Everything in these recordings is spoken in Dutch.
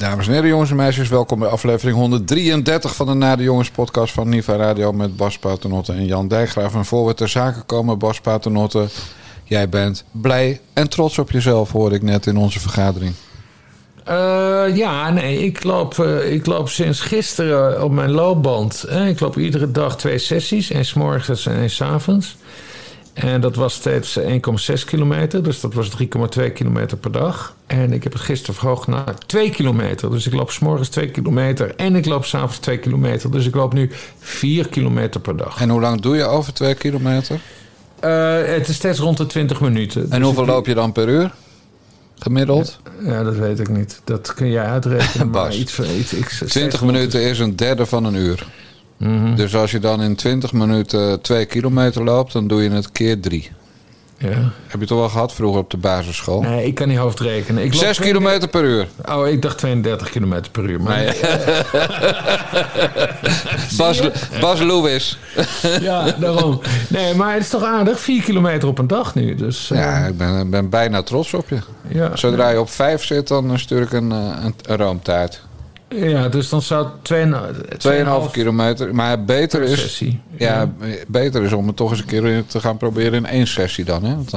Dames en heren, jongens en meisjes, welkom bij aflevering 133 van de Na de Jongens podcast van Niva Radio met Bas Paternotte en Jan Dijkgraaf. En voor we ter zake komen, Bas Paternotte, jij bent blij en trots op jezelf, hoorde ik net in onze vergadering. Ik loop sinds gisteren op mijn loopband. Ik loop iedere dag 2 sessies, 1 's morgens en 1 's avonds. En dat was steeds 1,6 kilometer, dus dat was 3,2 kilometer per dag. En ik heb het gisteren verhoogd naar 2 kilometer. Dus ik loop 's morgens 2 kilometer en ik loop 's avonds 2 kilometer. Dus ik loop nu 4 kilometer per dag. En hoe lang doe je over 2 kilometer? Het is steeds rond de 20 minuten. En dus hoeveel loop je dan per uur? Gemiddeld? Ja, dat weet ik niet. Dat kun jij uitrekenen. Bas, maar 20 minuten is een derde van een uur. Mm-hmm. Dus als je dan in 20 minuten 2 kilometer loopt, dan doe je het keer 3. Ja. Heb je toch wel gehad vroeger op de basisschool? Nee, ik kan niet hoofdrekenen. Ik 6 kilometer per uur. Oh, ik dacht 32 kilometer per uur. Maar nee. Bas Lewis. Ja, daarom. Nee, maar het is toch aardig. 4 kilometer op een dag nu. Dus, ja, ik ben bijna trots op je. Ja, zodra je op 5 zit, dan stuur ik een roomtaart. Ja, dus dan zou het 2,5 kilometer. Maar beter is, sessie. Ja, beter is om het toch eens een keer te gaan proberen in 1 sessie dan. Hè? Want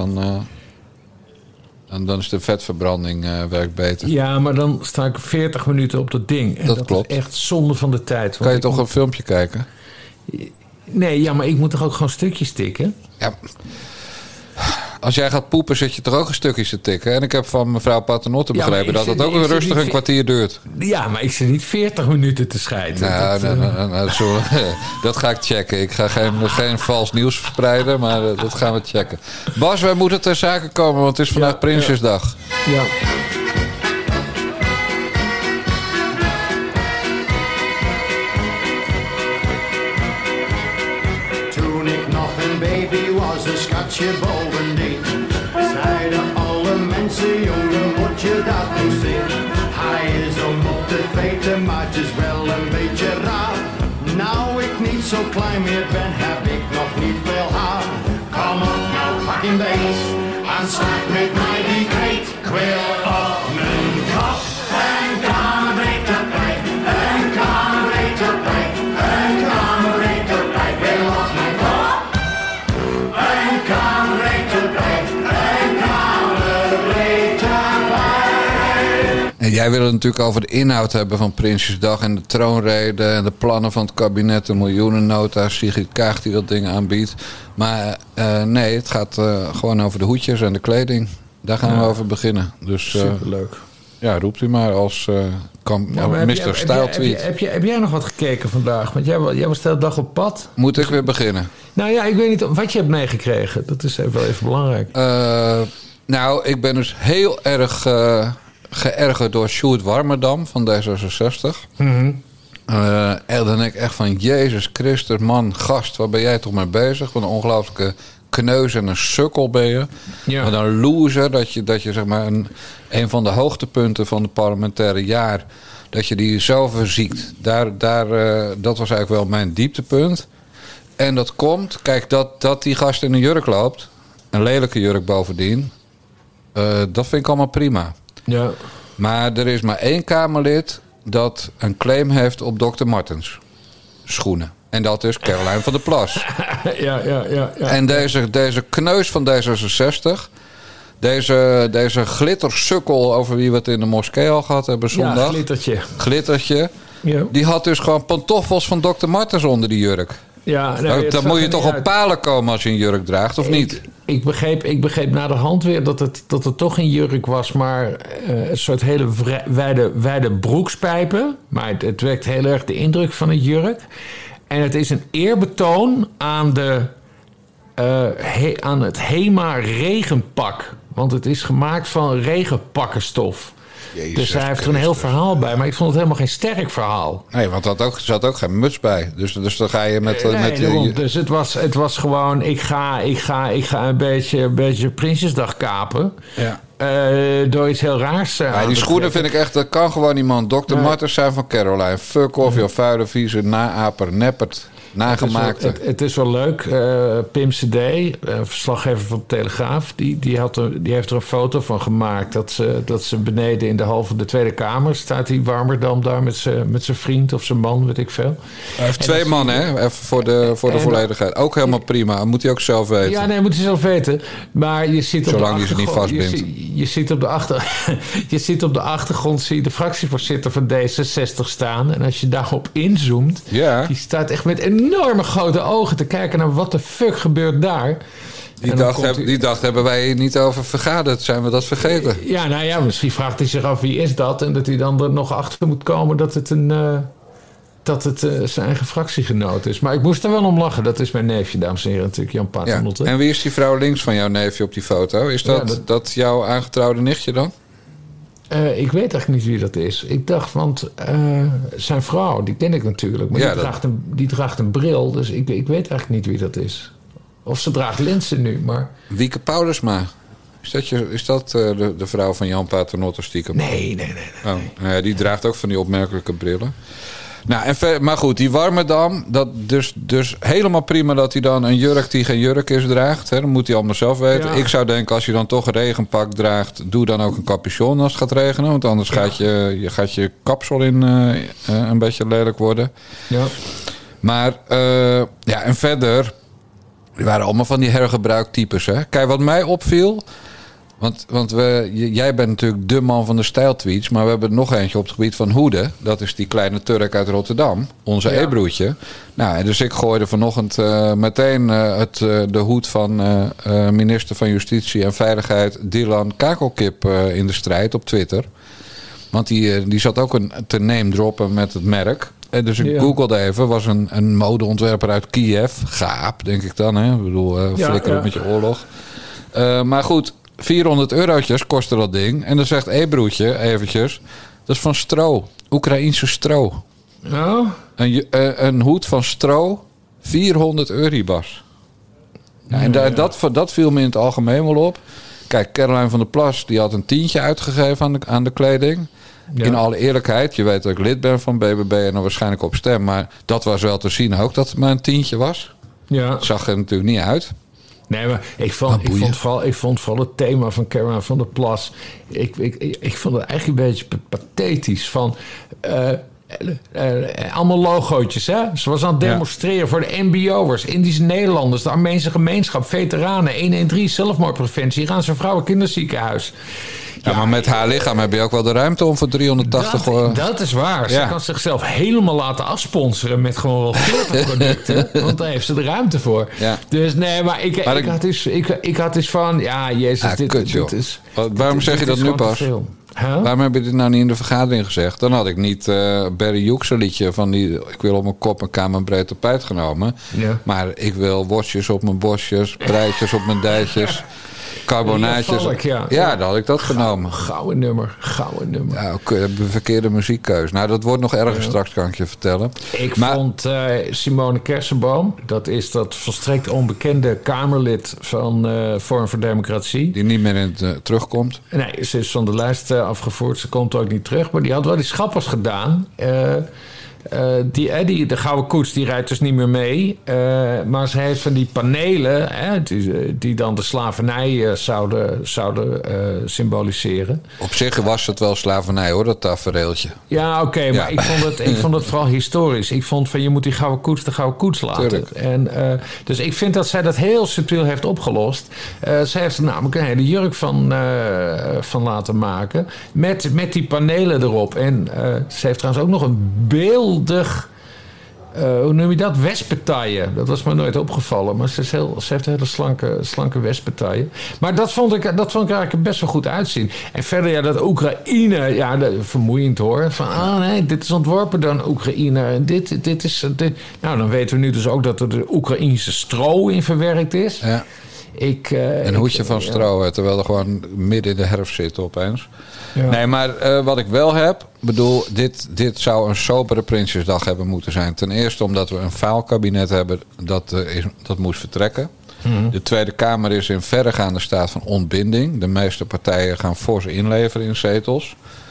dan is de vetverbranding werkt beter. Ja, maar dan sta ik 40 minuten op dat ding. En dat klopt. Is echt zonde van de tijd. Kan je toch een filmpje kijken? Nee, ja, maar ik moet toch ook gewoon stukjes tikken? Ja. Als jij gaat poepen, zit je toch ook een stukje te tikken. En ik heb van mevrouw Paternotte begrepen dat het ook rustig een kwartier duurt. Ja, maar ik zit niet 40 minuten te scheiden. Nou, dat ga ik checken. Ik ga geen vals nieuws verspreiden, maar dat gaan we checken. Bas, wij moeten ter zake komen, want het is vandaag Prinsjesdag. Ja. Schatje bovendien, zeiden alle mensen, jongen, moet je dat nu zien? Hij is om op te vreten, maar het is wel een beetje raar. Nou ik niet zo klein meer ben, heb ik nog niet veel haar. Kom op nou, pak in beet, en slag met mij die kreet. Ik wil op mijn kop, een kamerbreed erbij, een kamerbreed erbij, een kamerbreed erbij. Ik wil op mijn kop. En jij wil het natuurlijk over de inhoud hebben van Prinsjesdag en de troonrede en de plannen van het kabinet, de miljoenennota, Sigrid Kaag die dat ding aanbiedt. Maar nee, het gaat gewoon over de hoedjes en de kleding. Daar gaan we over beginnen. Dus, superleuk. Ja, roept u maar als Mr. Style Tweet. Heb jij nog wat gekeken vandaag? Want jij was de hele dag op pad. Moet ik weer beginnen? Nou ja, ik weet niet wat je hebt meegekregen. Dat is wel even belangrijk. Nou, ik ben dus heel erg geërgerd door Sjoerd Warmerdam van D66. Mm-hmm. En dan denk ik echt van, Jezus Christus, man, gast, waar ben jij toch mee bezig? Wat een ongelooflijke kneus en een sukkel ben je. Ja. Wat een loser, dat je zeg maar een van de hoogtepunten van het parlementaire jaar, dat je die zo verziekt. Dat was eigenlijk wel mijn dieptepunt. En dat komt, kijk, dat die gast in een jurk loopt, een lelijke jurk bovendien, dat vind ik allemaal prima. Ja. Maar er is maar 1 Kamerlid dat een claim heeft op Dr. Martens schoenen. En dat is Caroline van der Plas. Ja. En deze kneus van D66, deze glittersukkel over wie we het in de moskee al gehad hebben zondag. Ja, glittertje. Ja. Die had dus gewoon pantoffels van Dr. Martens onder die jurk. Ja, nee, dan moet je toch op palen komen als je een jurk draagt, of niet? Ik begreep na de hand weer dat het toch een jurk was, maar een soort hele wijde broekspijpen. Maar het wekt heel erg de indruk van een jurk. En het is een eerbetoon aan het HEMA regenpak. Want het is gemaakt van regenpakkenstof. Jezus, dus hij heeft er een heel verhaal bij. Maar ik vond het helemaal geen sterk verhaal. Nee, want er zat ook geen muts bij. Dus dan ga je met... Dus het was gewoon... Ik ga een beetje Prinsjesdag kapen. Ja. Door iets heel raars die schoenen vind ik echt... Dat kan gewoon iemand. Dr. Martens zijn van Caroline. Fuck off, jouw vuile, vieze, naaper, neppert. nagemaakte. Het is wel leuk. Pim CD, verslaggever van de Telegraaf... die heeft er een foto van gemaakt... dat ze beneden in de hal van de Tweede Kamer... staat die Warmerdam daar met zijn vriend of zijn man, weet ik veel. Hij heeft 2 mannen, hè? Even voor de volledigheid. Ook helemaal prima. Moet hij ook zelf weten. Ja, nee, moet hij zelf weten. Maar je ziet zolang hij ze niet vastbindt. Je ziet op de achtergrond zie je de fractievoorzitter van D66 staan. En als je daarop inzoomt... Ja. Die staat echt met enorme grote ogen te kijken naar wat de fuck gebeurt daar. Die dag hebben wij hier niet over vergaderd. Zijn we dat vergeten? Ja, nou ja, misschien vraagt hij zich af wie is dat. En dat hij dan er nog achter moet komen dat het zijn eigen fractiegenoot is. Maar ik moest er wel om lachen. Dat is mijn neefje, dames en heren, natuurlijk, Jan Paternotte. Ja. En wie is die vrouw links van jouw neefje op die foto? Is dat jouw aangetrouwde nichtje dan? Ik weet eigenlijk niet wie dat is. Ik dacht, want zijn vrouw, die ken ik natuurlijk. Maar die draagt een bril, dus ik weet eigenlijk niet wie dat is. Of ze draagt lenzen nu, maar... Wieke Paulusma. Is dat de vrouw van Jan Paternotte stiekem? Nee. Oh, nou ja, die draagt ook van die opmerkelijke brillen. Nou, maar goed, die Warmerdam, dat dus helemaal prima dat hij dan een jurk die geen jurk is draagt. Hè? Dat moet hij allemaal zelf weten. Ja. Ik zou denken, als je dan toch een regenpak draagt, doe dan ook een capuchon als het gaat regenen. Want anders gaat je kapsel in een beetje lelijk worden. Ja. Maar, en verder, die waren allemaal van die hergebruiktypes. Hè? Kijk, wat mij opviel... Want jij bent natuurlijk de man van de stijltweets... maar we hebben er nog eentje op het gebied van hoeden. Dat is die kleine Turk uit Rotterdam. Onze Ebroetje. Nou, dus ik gooide vanochtend meteen de hoed van minister van Justitie en Veiligheid... Dylan Kakelkip in de strijd op Twitter. Want die zat ook te name droppen met het merk. En dus ik googelde even. Was een modeontwerper uit Kiev. Gaap, denk ik dan. Hè? Ik bedoel, flikker op met je oorlog. Maar goed... €400 kostte dat ding. En dan zegt Ebroetje eventjes... dat is van stro. Oekraïense stro. Oh? Een hoed van stro. €400, Ja, en dat viel me in het algemeen wel op. Kijk, Caroline van der Plas... die had een tientje uitgegeven aan de kleding. Ja. In alle eerlijkheid... je weet dat ik lid ben van BBB... en dan waarschijnlijk op stem... maar dat was wel te zien ook dat het maar een tientje was. Ja. Het zag er natuurlijk niet uit... Nee, maar ik vond vooral het thema van Caroline van der Plas... Ik vond het eigenlijk een beetje pathetisch. Van allemaal logootjes, hè? Ze was aan het demonstreren voor de MBO'ers... Indische Nederlanders, de Armeense gemeenschap... veteranen, 113, zelfmoordpreventie... Iraanse vrouwen, kinderziekenhuis... Ja, maar met haar lichaam heb je ook wel de ruimte om voor 380... Dat is waar. Ze kan zichzelf helemaal laten afsponsoren met gewoon wel filterproducten. Want daar heeft ze de ruimte voor. Ja. Dus nee, maar ik had dus van... Ja, jezus, dit is... Waarom zeg je dat nu pas? Waarom heb je dit nou niet in de vergadering gezegd? Dan had ik niet Barry Hughes liedje van die... Ik wil op mijn kop een kamerbreed tapijt genomen. Ja. Maar ik wil worstjes op mijn bosjes, breitjes op mijn dijtjes... Carbonaatjes. Dan had ik dat genomen. Gouden nummer. Ja, verkeerde muziekkeus. Nou, dat wordt nog erger straks, kan ik je vertellen. Ik vond Simone Kersenboom... dat is dat volstrekt onbekende Kamerlid van Forum voor Democratie. Die niet meer terugkomt. Nee, ze is van de lijst afgevoerd. Ze komt ook niet terug. Maar die had wel die schappers gedaan... de Gouden Koets die rijdt dus niet meer mee. Maar ze heeft van die panelen... die dan de slavernij zouden symboliseren. Op zich was het wel slavernij, hoor, dat tafereeltje. Ja, oké, maar ik vond het vooral historisch. Ik vond van je moet die Gouden Koets de Gouden Koets laten. En, dus ik vind dat zij dat heel subtiel heeft opgelost. Zij heeft er namelijk een hele jurk van laten maken. Met die panelen erop. En ze heeft trouwens ook nog een beeld... hoe noem je dat? Wespentaille. Dat was me nooit opgevallen. Maar ze heeft een hele slanke wespentaille. Maar dat vond ik eigenlijk best wel goed uitzien. En verder, dat Oekraïne... vermoeiend hoor. Van, nee, dit is ontworpen door Oekraïne. En dit is... Nou, dan weten we nu dus ook dat er de Oekraïnse stro in verwerkt is. Ja. Een hoedje van stro, terwijl er gewoon midden in de herfst zit opeens. Ja. Nee, maar wat ik wel heb... bedoel, dit zou een sobere Prinsjesdag hebben moeten zijn. Ten eerste omdat we een faalkabinet hebben dat moest vertrekken. Mm-hmm. De Tweede Kamer is in verregaande staat van ontbinding. De meeste partijen gaan fors inleveren in zetels.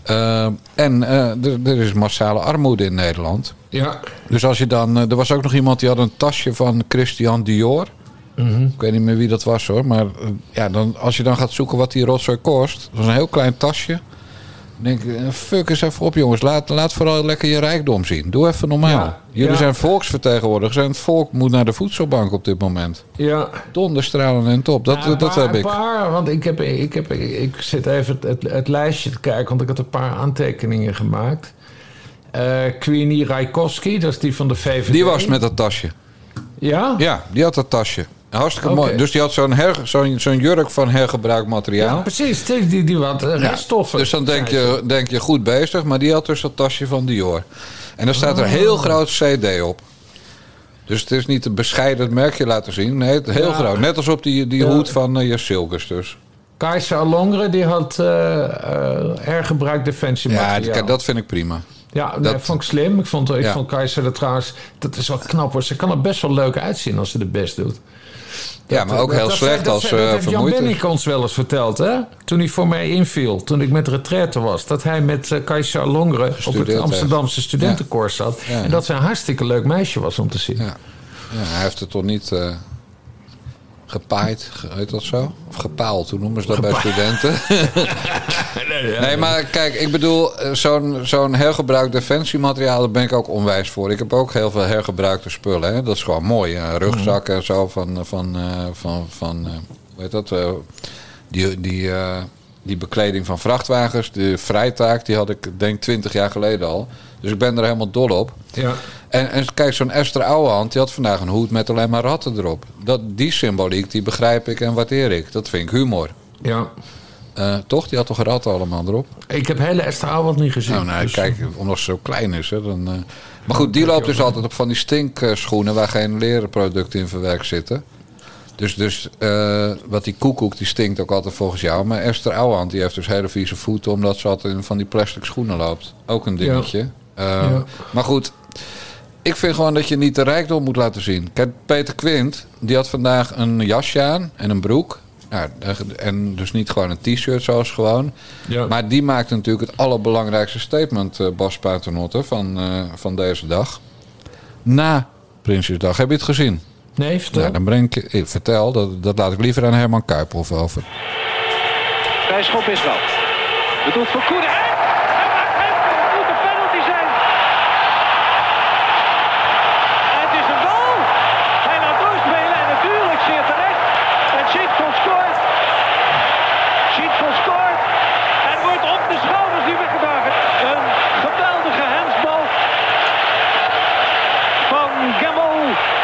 Er is massale armoede in Nederland. Ja. Dus als je dan... er was ook nog iemand die had een tasje van Christian Dior. Ik weet niet meer wie dat was hoor. Maar als je dan gaat zoeken wat die rotzooi kost. Dat was een heel klein tasje. Dan denk ik, fuck eens even op jongens. Laat vooral lekker je rijkdom zien. Doe even normaal. Ja. Jullie zijn volksvertegenwoordigers. En het volk moet naar de voedselbank op dit moment. Ja. Donderstralen en top. Dat heb ik. Want ik zit even het lijstje te kijken. Want ik had een paar aantekeningen gemaakt. Queenie Rijkowski, dat is die van de VVD. Die was met dat tasje. Ja? Ja, die had dat tasje. Hartstikke mooi. Dus die had zo'n jurk van hergebruikt materiaal. Ja, precies. Die wat reststoffen. Dus dan denk je goed bezig. Maar die had dus dat tasje van Dior. En daar staat er heel groot CD op. Dus het is niet een bescheiden merkje laten zien. Nee, het heel groot. Net als op die hoed van Silkers dus. Kajsa Allongre, die had hergebruikt defensiemateriaal. Ja, dat vind ik prima. Ja, dat vond ik slim. Ik vond Kajsa dat trouwens... Dat is wel knap hoor. Ze kan er best wel leuk uitzien als ze het best doet. Maar ook heel slecht als vermoeid is. Dat heeft Jan vermoeid Benink ons wel eens verteld, hè? Toen hij voor mij inviel. Toen ik met retraite was. Dat hij met Kajsa Allongre op het Amsterdamse studentenkoor zat. En dat ze een hartstikke leuk meisje was om te zien. Ja, hij heeft het toch niet... gepaaid, heet dat zo? Of gepaald, hoe noemen ze dat bij studenten? Nee, maar kijk, ik bedoel, zo'n hergebruikt defensiemateriaal, daar ben ik ook onwijs voor. Ik heb ook heel veel hergebruikte spullen. Hè? Dat is gewoon mooi. Rugzakken en zo van hoe heet dat? Die bekleding van vrachtwagens, de Vrijtaak, die had ik denk 20 jaar geleden al. Dus ik ben er helemaal dol op. Ja. En kijk, zo'n Esther Ouwehand, die had vandaag een hoed met alleen maar ratten erop. Die symboliek, die begrijp ik en waardeer ik. Dat vind ik humor. Ja. Toch? Die had toch ratten allemaal erop? Ik heb hele Esther Ouwehand niet gezien. Nou, nee, dus... kijk, omdat ze zo klein is. Hè, dan, Maar goed, die loopt dus altijd op van die stinkschoenen waar geen leren producten in verwerkt zitten. Dus wat die koekoek, die stinkt ook altijd volgens jou. Maar Esther Ouwehand, die heeft dus hele vieze voeten omdat ze altijd in van die plastic schoenen loopt. Ook een dingetje. Ja. Maar goed, ik vind gewoon dat je niet de rijkdom moet laten zien. Kijk, Peter Quint, die had vandaag een jasje aan en een broek. Ja, en dus niet gewoon een t-shirt zoals gewoon. Ja. Maar die maakt natuurlijk het allerbelangrijkste statement, Bas Paternotte, van deze dag. Na Prinsjesdag. Heb je het gezien? Nee, vertel. Nou, dan breng ik vertel, dat laat ik liever aan Herman Kuiphoff over. Vrijschop is wel. Bedoeld voor Koenen. Het moet een penalty zijn. Het is een goal. Hij laat doorspelen en natuurlijk zeer terecht. En Schietvold scoort. Schietvold scoort. En wordt op de schouders die weggedragen. Een geweldige handsbal van Gemmel.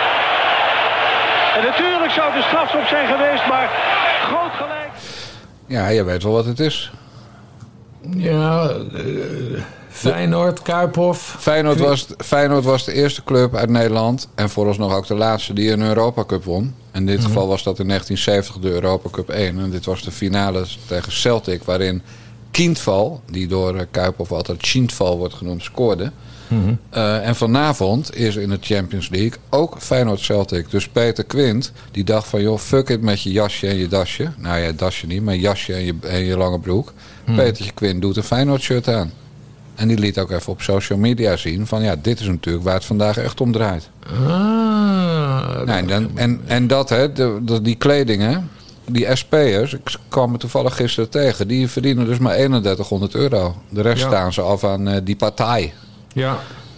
En natuurlijk zou de strafschop zijn geweest, maar groot gelijk. Ja, je weet wel wat het is. Ja, Feyenoord, Kuiphoff. Feyenoord was de eerste club uit Nederland en vooralsnog ook de laatste die een Europa Cup won. In dit geval was dat in 1970 de Europa Cup 1. En dit was de finale tegen Celtic, waarin Kindval, die door Kuiphoff altijd Kindval wordt genoemd, scoorde. En vanavond is in de Champions League ook Feyenoord-Celtic. Dus Peter Quint, die dacht van... joh, fuck it met je jasje en je dasje. Nou ja, dasje niet, maar jasje en je lange broek. Petertje Quint doet een Feyenoord-shirt aan. En die liet ook even op social media zien... van ja, dit is natuurlijk waar het vandaag echt om draait. En dat, hè, die kleding, hè... Die SP'ers, ik kwam me toevallig gisteren tegen... die verdienen dus maar €3100. De rest staan ze af aan die partij... Ja.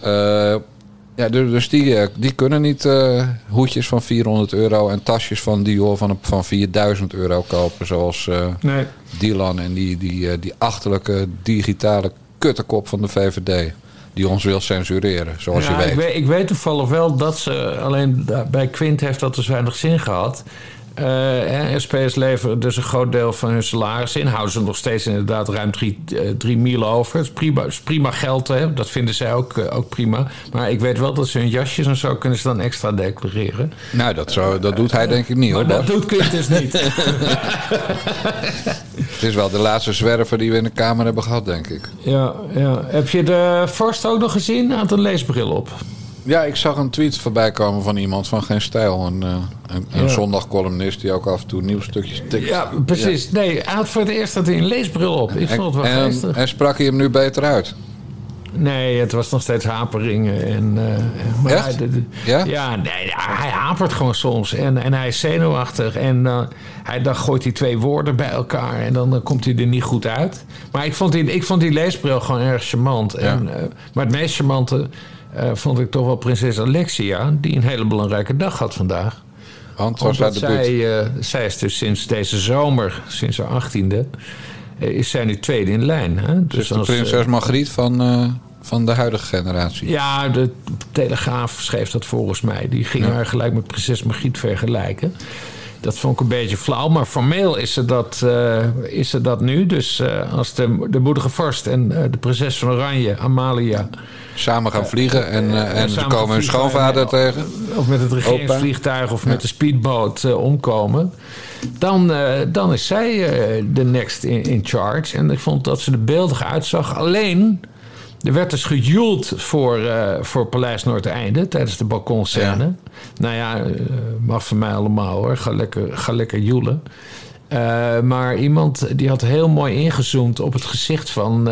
Dus die kunnen niet hoedjes van €400 en tasjes van Dior van €4000 kopen. Zoals Dylan en die achterlijke digitale kuttekop van de VVD. Die ons wil censureren, zoals je weet. Ik weet toevallig wel dat ze... Alleen bij Quint heeft dat dus weinig zin gehad... SP'ers leveren dus een groot deel van hun salaris in. Houden ze nog steeds inderdaad ruim 3 mil over. Het is prima geld, hè? Dat vinden zij ook prima. Maar ik weet wel dat ze hun jasjes en zo kunnen ze dan extra declareren. Nou, dat doet hij denk ik niet, hoor. Dat doet Quint dus niet. Het is wel de laatste zwerver die we in de Kamer hebben gehad, denk ik. Ja. Heb je de vorst ook nog gezien? Had een leesbril op. Ja, ik zag een tweet voorbij komen van iemand van Geen Stijl. Een zondagcolumnist die ook af en toe nieuwsstukjes tikt. Ja, precies. Ja. Nee, hij had voor het eerst had hij een leesbril op. Ik vond het wel geestig. En sprak hij hem nu beter uit? Nee, het was nog steeds haperingen. Maar echt? Hij hapert gewoon soms. En hij is zenuwachtig. En dan gooit hij 2 woorden bij elkaar. En dan komt hij er niet goed uit. Maar ik vond die leesbril gewoon erg charmant. Ja. Maar het meest charmante vond ik toch wel prinses Alexia. Die een hele belangrijke dag had vandaag. Want was haar debuut? Zij is dus sinds deze zomer, sinds haar 18e... is zij nu tweede in lijn. Hè? Dus de prinses Margriet van de huidige generatie. Ja, de Telegraaf schreef dat volgens mij. Die ging haar gelijk met prinses Margriet vergelijken. Dat vond ik een beetje flauw. Maar formeel is ze dat nu. Dus als de moedige vorst en de prinses van Oranje, Amalia... samen gaan vliegen en ze komen hun schoonvader tegen. Of met het regeringsvliegtuig of met de speedboot omkomen. Dan is zij de next in charge. En ik vond dat ze er beeldig uitzag. Alleen, er werd dus gejoeld voor Paleis Noordeinde tijdens de balkonscène. Ja. Nou ja, mag van mij allemaal hoor. Ga lekker joelen. Maar iemand die had heel mooi ingezoomd op het gezicht van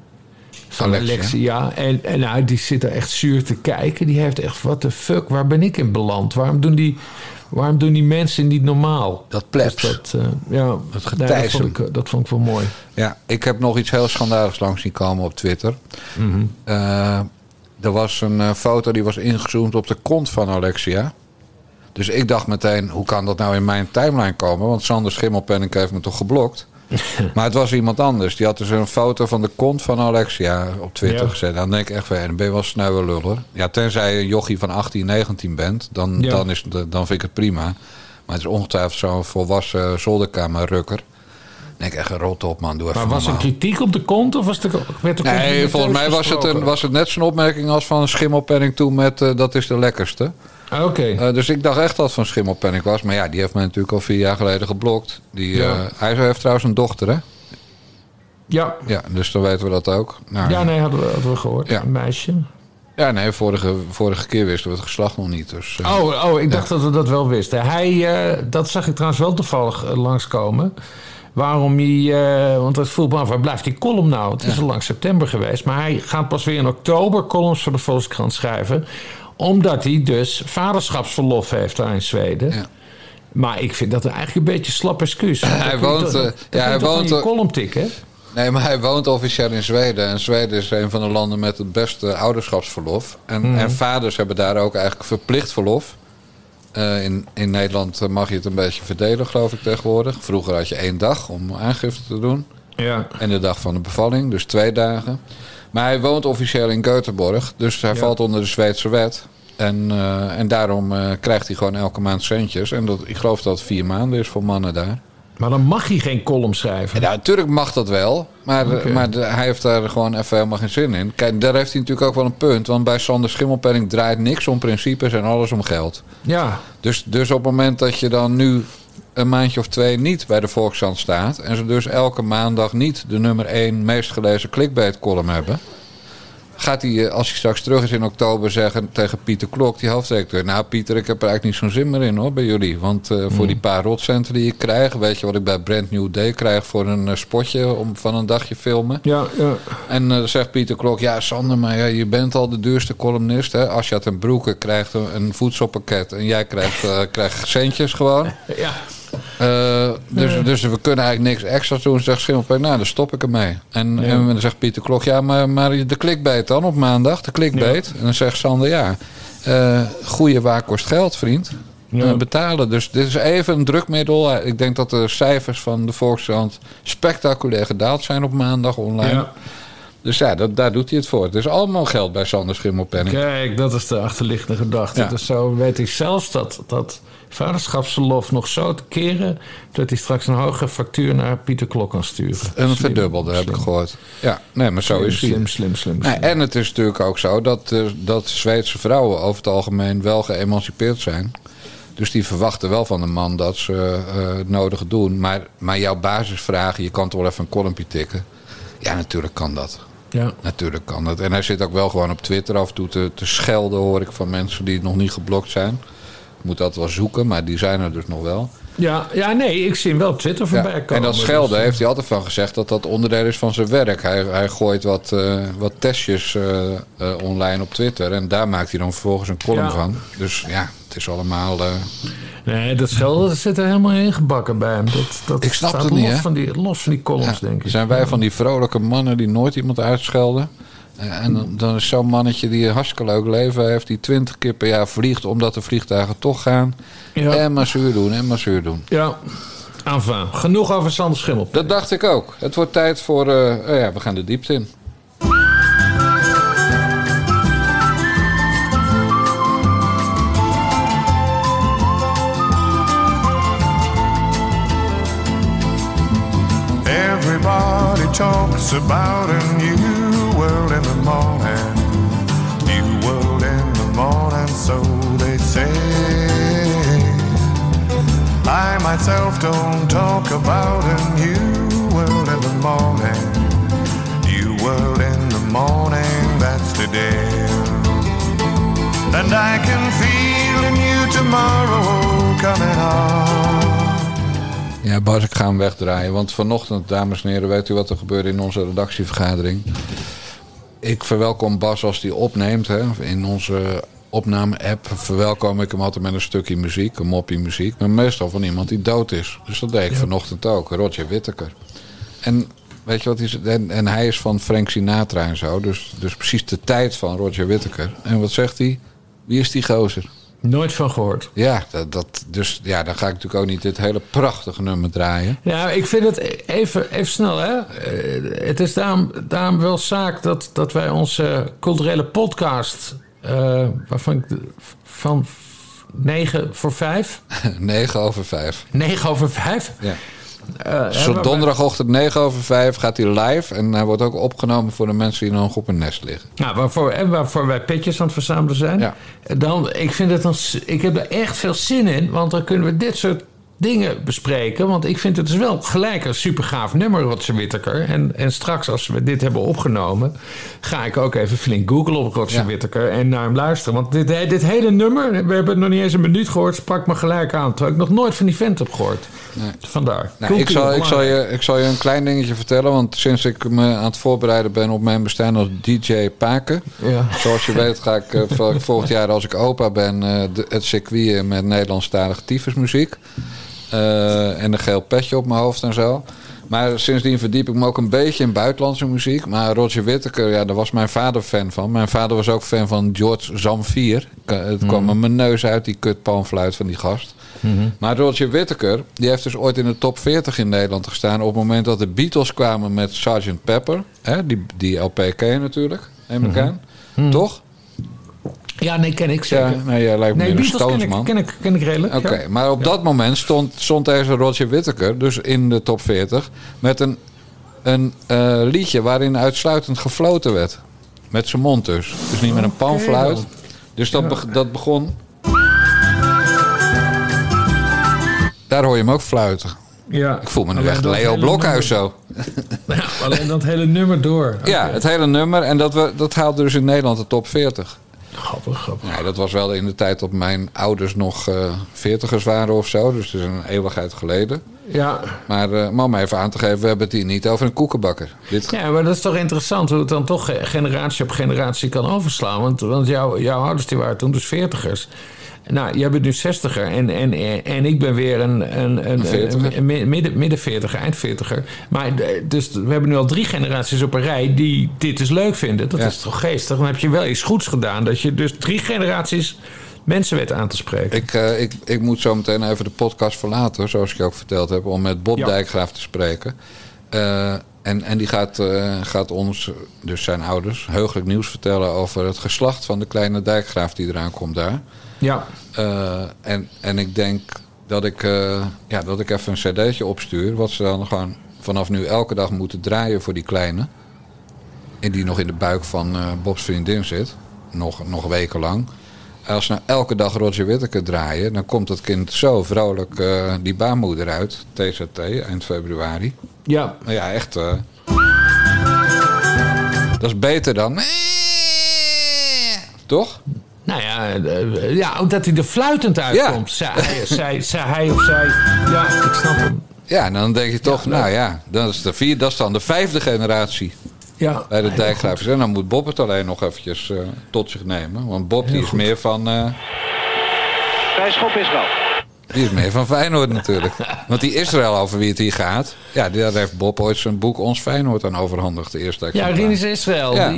Alexia. En die zit er echt zuur te kijken. Die heeft echt, what the fuck, waar ben ik in beland? Waarom doen die mensen niet normaal? Dat plebs. Dus dat getijzen. Dat vond ik wel mooi. Ja, ik heb nog iets heel schandaligs langs zien komen op Twitter. Mm-hmm. Er was een foto die was ingezoomd op de kont van Alexia. Dus ik dacht meteen, hoe kan dat nou in mijn timeline komen? Want Sander Schimmelpenninck heeft me toch geblokt? Maar het was iemand anders. Die had dus een foto van de kont van Alexia op Twitter gezet. Dan denk ik echt, dan ben je wel sneuwe luller. Ja, tenzij je een jochie van 18, 19 bent, dan vind ik het prima. Maar het is ongetwijfeld zo'n volwassen zolderkamerrukker. Dan denk ik echt, rot op man, doe even normaal. Maar was er kritiek op de kont? Of werd er nee, volgens mij was het net zo'n opmerking als van Schimmelpenninck toen met dat is de lekkerste. Okay. Dus ik dacht echt dat het van Schimmelpenninck was. Maar ja, die heeft me natuurlijk al 4 jaar geleden geblokt. Hij heeft trouwens een dochter, hè? Ja. Ja, dus dan weten we dat ook. Nou, hadden we gehoord. Ja. Een meisje. Ja, nee, vorige keer wisten we het geslacht nog niet. Dus, ik dacht dat we dat wel wisten. Dat zag ik trouwens wel toevallig langskomen. Waarom hij... want het voelt me af, waar blijft die column nou? Het is al lang september geweest. Maar hij gaat pas weer in oktober columns voor de Volkskrant schrijven, omdat hij dus vaderschapsverlof heeft daar in Zweden. Ja. Maar ik vind dat eigenlijk een beetje slap excuus. Hij woont een columntik, hè? Nee, maar hij woont officieel in Zweden. En Zweden is een van de landen met het beste ouderschapsverlof. En vaders hebben daar ook eigenlijk verplicht verlof. In Nederland mag je het een beetje verdelen, geloof ik, tegenwoordig. Vroeger had je 1 dag om aangifte te doen. Ja. En de dag van de bevalling, dus 2 dagen. Maar hij woont officieel in Göteborg. Dus hij valt onder de Zweedse wet. En daarom krijgt hij gewoon elke maand centjes. En ik geloof dat het 4 maanden is voor mannen daar. Maar dan mag hij geen column schrijven. Ja, natuurlijk mag dat wel. Maar hij heeft daar gewoon even helemaal geen zin in. Kijk, daar heeft hij natuurlijk ook wel een punt. Want bij Sander Schimmelpenninck draait niks om principes en alles om geld. Ja. Dus op het moment dat je dan nu een maandje of 2 niet bij de Volkskrant staat, en ze dus elke maandag niet de nummer 1 meest gelezen clickbait column hebben, gaat hij, als hij straks terug is in oktober, zeggen tegen Pieter Klok, die hoofdredacteur: nou Pieter, ik heb er eigenlijk niet zo'n zin meer in hoor, bij jullie. Want voor die paar rotcenten die ik krijg, weet je wat ik bij Brand New Day krijg voor een spotje van een dagje filmen. Ja. En dan zegt Pieter Klok: ja Sander, maar je bent al de duurste columnist. Hè? Asja ten Broeke krijgt een voedselpakket en jij krijgt centjes gewoon. Ja. Dus we kunnen eigenlijk niks extra's doen. Zegt Schimmelpenninck, nou, dan stop ik ermee. En dan zegt Pieter Klok, ja, maar de clickbait dan op maandag, de clickbait. Ja. En dan zegt Sander, goede waar kost geld, vriend. Betalen. Dus dit is even een drukmiddel. Ik denk dat de cijfers van de Volkskrant spectaculair gedaald zijn op maandag online. Ja. Dus daar doet hij het voor. Het is allemaal geld bij Sander Schimmelpenninck. Kijk, dat is de achterliggende gedachte. Ja. Dus zo weet ik zelfs dat vaderschapsverlof nog zo te keren dat hij straks een hoge factuur naar Pieter Klok kan sturen. Een verdubbelde, heb ik gehoord. Ja, nee, maar zo is het. Slim. Nee, en het is natuurlijk ook zo dat Zweedse vrouwen over het algemeen wel geëmancipeerd zijn. Dus die verwachten wel van de man dat ze het nodige doen. Maar jouw basisvragen, je kan toch wel even een columnpje tikken. Ja, natuurlijk kan dat. Ja. Natuurlijk kan dat. En hij zit ook wel gewoon op Twitter af en toe te schelden, hoor ik van mensen die nog niet geblokt zijn. Ik moet dat wel zoeken, maar die zijn er dus nog wel. Ja, nee, ik zie hem wel op Twitter voorbij komen. En dat schelden heeft hij altijd van gezegd dat dat onderdeel is van zijn werk. Hij gooit wat testjes online op Twitter. En daar maakt hij dan vervolgens een column van. Dus ja, het is allemaal... Nee, dat schelden dat zit er helemaal ingebakken bij hem. Dat ik snap staat het niet, los van die columns, denk ik. Zijn wij van die vrolijke mannen die nooit iemand uitschelden? En dan is zo'n mannetje die een hartstikke leuk leven heeft... die 20 keer per jaar vliegt omdat de vliegtuigen toch gaan. Ja. En maar zuur doen. Ja, enfin. Genoeg over Sander Schimmel. Dat dacht ik ook. Het wordt tijd voor... we gaan de diepte in. Everybody talks about a new world in the morning. New world in the morning, so they say. I myself don't talk about a new world in the morning. New world in the morning, that's today. And I can feel a new tomorrow coming on. Ja, Bas, ik ga hem wegdraaien. Want vanochtend, dames en heren, weet u wat er gebeurde in onze redactievergadering? Ik verwelkom Bas als hij opneemt. Hè. In onze opname-app verwelkom ik hem altijd met een stukje muziek, een moppie muziek. Maar meestal van iemand die dood is. Dus dat deed ik vanochtend ook, Roger Whittaker. En weet je wat hij zegt? En hij is van Frank Sinatra en zo. Dus precies de tijd van Roger Whittaker. En wat zegt hij? Wie is die gozer? Nooit van gehoord. Ja, dus dan ga ik natuurlijk ook niet dit hele prachtige nummer draaien. Ja, ik vind het even snel, hè. Het is daarom wel zaak dat wij onze culturele podcast... waarvan ik van 9 voor 5... 9 over 5. 9 over 5? Ja. Zo donderdagochtend 9 over 5 gaat hij live. En hij wordt ook opgenomen voor de mensen die nog op een nest liggen. Nou, waarvoor wij petjes aan het verzamelen zijn. Ja. Ik heb er echt veel zin in. Want dan kunnen we dit soort dingen bespreken. Want ik vind het dus wel gelijk een super gaaf nummer, Roger Whittaker. En straks, als we dit hebben opgenomen... ga ik ook even flink googlen op Roger Whittaker en naar hem luisteren. Want dit hele nummer, we hebben het nog niet eens een minuut gehoord... sprak me gelijk aan, terwijl ik nog nooit van die vent heb gehoord. Nee. Vandaar. Nou, ik zal je een klein dingetje vertellen. Want sinds ik me aan het voorbereiden ben op mijn bestaan als DJ Paken... zoals je weet ga ik volgend jaar, als ik opa ben... het circuit met Nederlandstalige tyfusmuziek... en een geel petje op mijn hoofd en zo. Maar sindsdien verdiep ik me ook een beetje in buitenlandse muziek. Maar Roger Whittaker, daar was mijn vader fan van. Mijn vader was ook fan van George Zamfir. Het kwam me mijn neus uit, die kutpalmfluit van die gast. Mm-hmm. Maar Roger Whittaker, die heeft dus ooit in de top 40 in Nederland gestaan... op het moment dat de Beatles kwamen met Sgt. Pepper. Hè, die LP ken je natuurlijk, neem ik aan. Mm-hmm. Toch? Ja, nee, ken ik zeker. Ja, nee, jij lijkt me een Stonesman. Ken ik redelijk. Oké, maar op dat moment stond deze Roger Whittaker dus in de top 40... met een liedje waarin uitsluitend gefloten werd. Met zijn mond dus. Dus niet met een panfluit. Dus dat begon... Daar hoor je hem ook fluiten. Ja. Ik voel me nu echt Leo Blokhuis zo. Ja, alleen dat hele nummer door. Okay. Ja, het hele nummer. En dat haalde dus in Nederland de top 40. Grappig. Ja, dat was wel in de tijd dat mijn ouders nog 40ers waren of zo. Dus dat is een eeuwigheid geleden. Ja. Maar om even aan te geven, we hebben het hier niet over een koekenbakker. Ja, maar dat is toch interessant hoe het dan toch generatie op generatie kan overslaan. Want jouw ouders die waren toen dus 40ers. Nou, jij bent nu 60er en ik ben weer een midden 40er, eind 40er. Maar dus we hebben nu al 3 generaties op een rij die dit dus leuk vinden. Dat is toch geestig? Dan heb je wel iets goeds gedaan. Dat je dus 3 generaties mensen weet aan te spreken. Ik moet zo meteen even de podcast verlaten, zoals ik je ook verteld heb, om met Bob Dijkgraaf te spreken. En die gaat ons, dus zijn ouders, heugelijk nieuws vertellen over het geslacht van de kleine Dijkgraaf die eraan komt daar. Ja. En ik denk dat ik even een cd'tje opstuur... wat ze dan gewoon vanaf nu elke dag moeten draaien voor die kleine. En die nog in de buik van Bob's vriendin zit. Nog wekenlang. En als ze nou elke dag Roger Whittaker draaien... dan komt dat kind zo vrolijk die baarmoeder uit. TZT, eind februari. Ja. Ja, echt... Dat is beter dan... Toch? Nou ja, omdat hij er fluitend uitkomt. Zei hij of zij. Ja, ik snap hem. Ja, en dan denk je toch, dat is dan de 5e generatie Ja, bij de Dijkgraafjes. En dan moet Bob het alleen nog eventjes tot zich nemen. Want Bob die is meer van... Vrijschop is wel. Die is meer van Feyenoord natuurlijk. Want die Israël over wie het hier gaat... Ja, daar heeft Bob ooit zijn boek Ons Feyenoord aan overhandigd. De eerste exemplaar. Rinus Israël. Ja,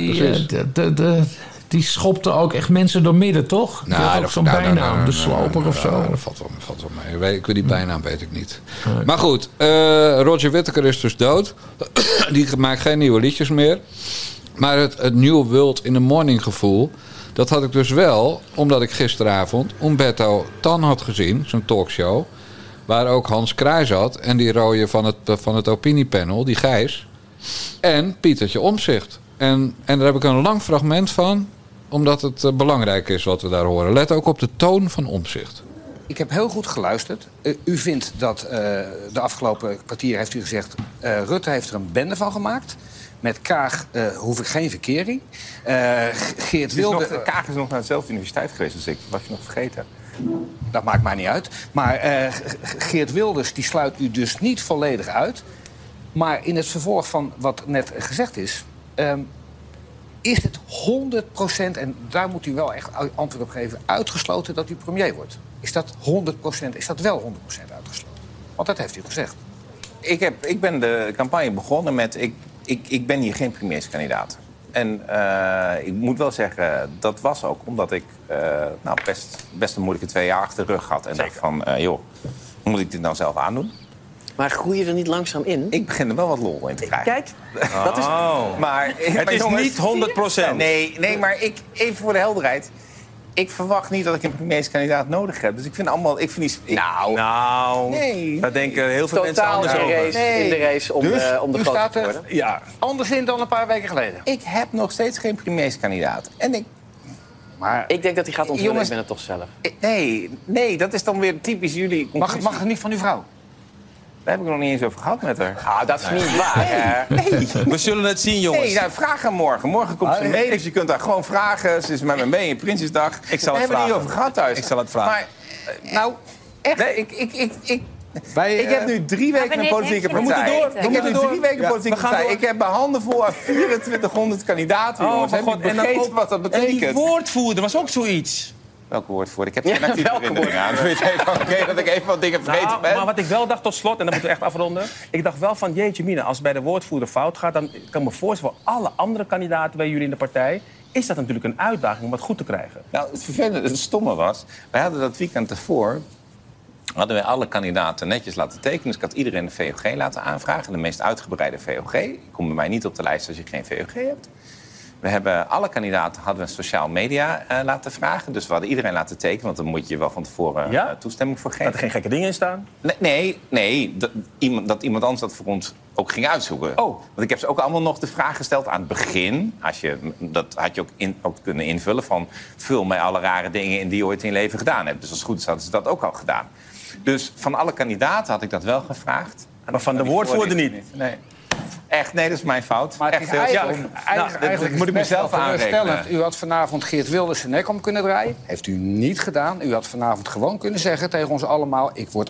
Die schopte ook echt mensen door midden, toch? Die had ook zo'n bijnaam, de sloper of zo. Dat valt wel mee. Ik weet die bijnaam weet ik niet. Maar goed, Roger Whittaker is dus dood. Die maakt geen nieuwe liedjes meer. Maar het New World in the Morning gevoel... dat had ik dus wel, omdat ik gisteravond Umberto Tan had gezien, zijn talkshow... waar ook Hans Kraai zat en die rode van het opiniepanel, die Gijs... en Pietertje Omtzigt. En daar heb ik een lang fragment van... omdat het belangrijk is wat we daar horen. Let ook op de toon van Omtzigt. Ik heb heel goed geluisterd. U vindt dat de afgelopen kwartier heeft u gezegd... Rutte heeft er een bende van gemaakt. Met Kaag hoef ik geen verkering. Geert Wilders... Kaag is nog naar dezelfde universiteit geweest als ik. Was je nog vergeten? Dat maakt mij niet uit. Maar Geert Wilders die sluit u dus niet volledig uit. Maar in het vervolg van wat net gezegd is... is het 100%, en daar moet u wel echt antwoord op geven... uitgesloten dat u premier wordt? Is dat 100%, is dat wel 100% uitgesloten? Want dat heeft u gezegd. Ik ben de campagne begonnen met... Ik ben hier geen premierskandidaat. En ik moet wel zeggen, dat was ook omdat ik best een moeilijke 2 jaar achter de rug had. En dacht van, joh, moet ik dit nou zelf aandoen? Maar groei je er niet langzaam in? Ik begin er wel wat lol in te krijgen. Kijk, dat is... Maar, het is niet 100%. Nee, maar even voor de helderheid. Ik verwacht niet dat ik een premierskandidaat nodig heb. Dus ik vind allemaal... Nee. Daar denken heel veel mensen anders over. In de race om de grootste te worden. Ja. Anders in dan een paar weken geleden. Ik heb nog steeds geen premierskandidaat. Maar ik denk dat hij gaat onthullen. Ik ben het toch zelf. Nee, dat is dan weer typisch jullie... Mag het niet van uw vrouw? Daar heb ik nog niet eens over gehad met haar. Ah, dat is niet waar. Nee. We zullen het zien, jongens. Nee, vraag haar morgen. Morgen komt ze mee, dus je kunt haar gewoon vragen. Ze is met me mee in Prinsjesdag. Ik zal het vragen. Daar hebben we het niet over gehad thuis. Ik zal het vragen. Maar, echt, ik heb nu 3 weken een politieke partij. Ik heb nu 3 weken een politieke partij. Ik heb mijn handen vol aan 2400 kandidaten, jongens. Heb je begrepen wat dat betekent? En die woordvoerder was ook zoiets. Welke woordvoerder? Ik heb geen actieve herinnering aan. Oké, dat ik even wat dingen vergeten ben. Maar wat ik wel dacht tot slot, en dan moeten we echt afronden... ik dacht wel van, jeetje mina, als het bij de woordvoerder fout gaat... dan kan ik me voorstellen voor alle andere kandidaten bij jullie in de partij... is dat natuurlijk een uitdaging om het goed te krijgen. Nou, het vervelende, het stomme was... wij hadden dat weekend ervoor... hadden wij alle kandidaten netjes laten tekenen. Dus ik had iedereen een VOG laten aanvragen. De meest uitgebreide VOG. Je komt bij mij niet op de lijst als je geen VOG hebt. We hebben alle kandidaten hadden we sociaal media laten vragen. Dus we hadden iedereen laten tekenen. Want dan moet je wel van tevoren toestemming voor geven. Dat er geen gekke dingen in staan? Nee. Dat iemand anders dat voor ons ook ging uitzoeken. Oh. Want ik heb ze ook allemaal nog de vraag gesteld aan het begin. Dat had je ook kunnen invullen van... vul mij alle rare dingen in die je ooit in je leven gedaan hebt. Dus als het goed is hadden ze dat ook al gedaan. Dus van alle kandidaten had ik dat wel gevraagd. Maar van de woordvoerder niet? Nee. Echt, nee, dat is mijn fout. Maar het is eigenlijk moet ik mezelf aanrekenen. U had vanavond Geert Wilders zijn nek om kunnen draaien. Heeft u niet gedaan. U had vanavond gewoon kunnen zeggen tegen ons allemaal...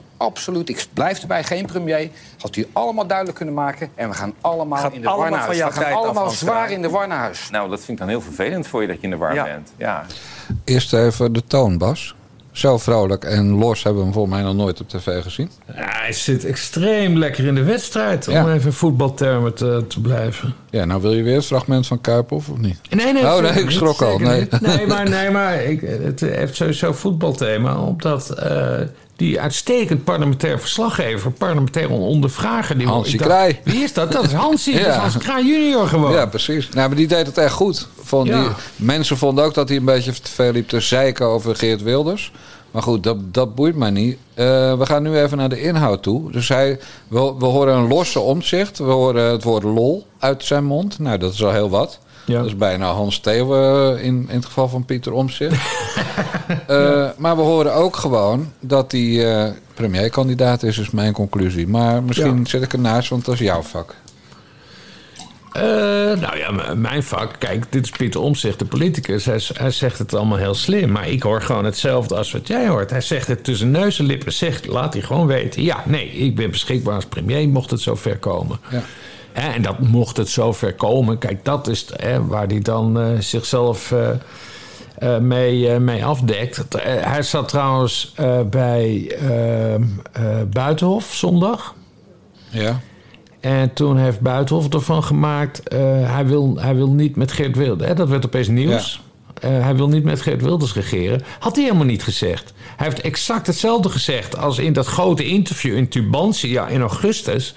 ik blijf erbij, geen premier. Had u allemaal duidelijk kunnen maken. En we gaan allemaal in de war naar huis. We gaan allemaal zwaar in de war naar huis. Nou, dat vind ik dan heel vervelend voor je dat je in de war bent. Ja. Eerst even de toon, Bas. Zo vrolijk en los hebben we hem volgens mij nog nooit op tv gezien. Ja, hij zit extreem lekker in de wedstrijd, om even in voetbaltermen te blijven. Ja, nou wil je weer het fragment van Kuiphoff of niet? Nee, ik schrok al. Nee, maar het heeft sowieso voetbalthema, omdat die uitstekend parlementair verslaggever, parlementair ondervrager... Hansie Kraai. Wie is dat? Dat is Hansie. Dat is Hansie Kraai junior gewoon. Ja, precies. Nou, maar die deed het echt goed. Mensen vonden ook dat hij een beetje te veel liep te zeiken over Geert Wilders. Maar goed, dat boeit mij niet. We gaan nu even naar de inhoud toe. Dus we horen een losse Omtzigt. We horen het woord lol uit zijn mond. Nou, dat is al heel wat. Ja. Dat is bijna Hans Theo in het geval van Pieter Omtzigt. Maar we horen ook gewoon dat hij premierkandidaat is mijn conclusie. Maar misschien zet ik ernaast, want dat is jouw vak. Nou ja, mijn vak... Kijk, dit is Pieter Omtzigt, de politicus. Hij zegt het allemaal heel slim. Maar ik hoor gewoon hetzelfde als wat jij hoort. Hij zegt het tussen neus en lippen. Laat hij gewoon weten. Ja, nee, ik ben beschikbaar als premier. Mocht het zover komen. Ja. En dat mocht het zover komen. Kijk, dat is waar hij dan zichzelf mee afdekt. Hij zat trouwens bij Buitenhof zondag. Ja. En toen heeft Buitenhof ervan gemaakt... hij wil niet met Geert Wilders... dat werd opeens nieuws. Ja. Hij wil niet met Geert Wilders regeren. Had hij helemaal niet gezegd. Hij heeft exact hetzelfde gezegd... als in dat grote interview in Tubantia in augustus...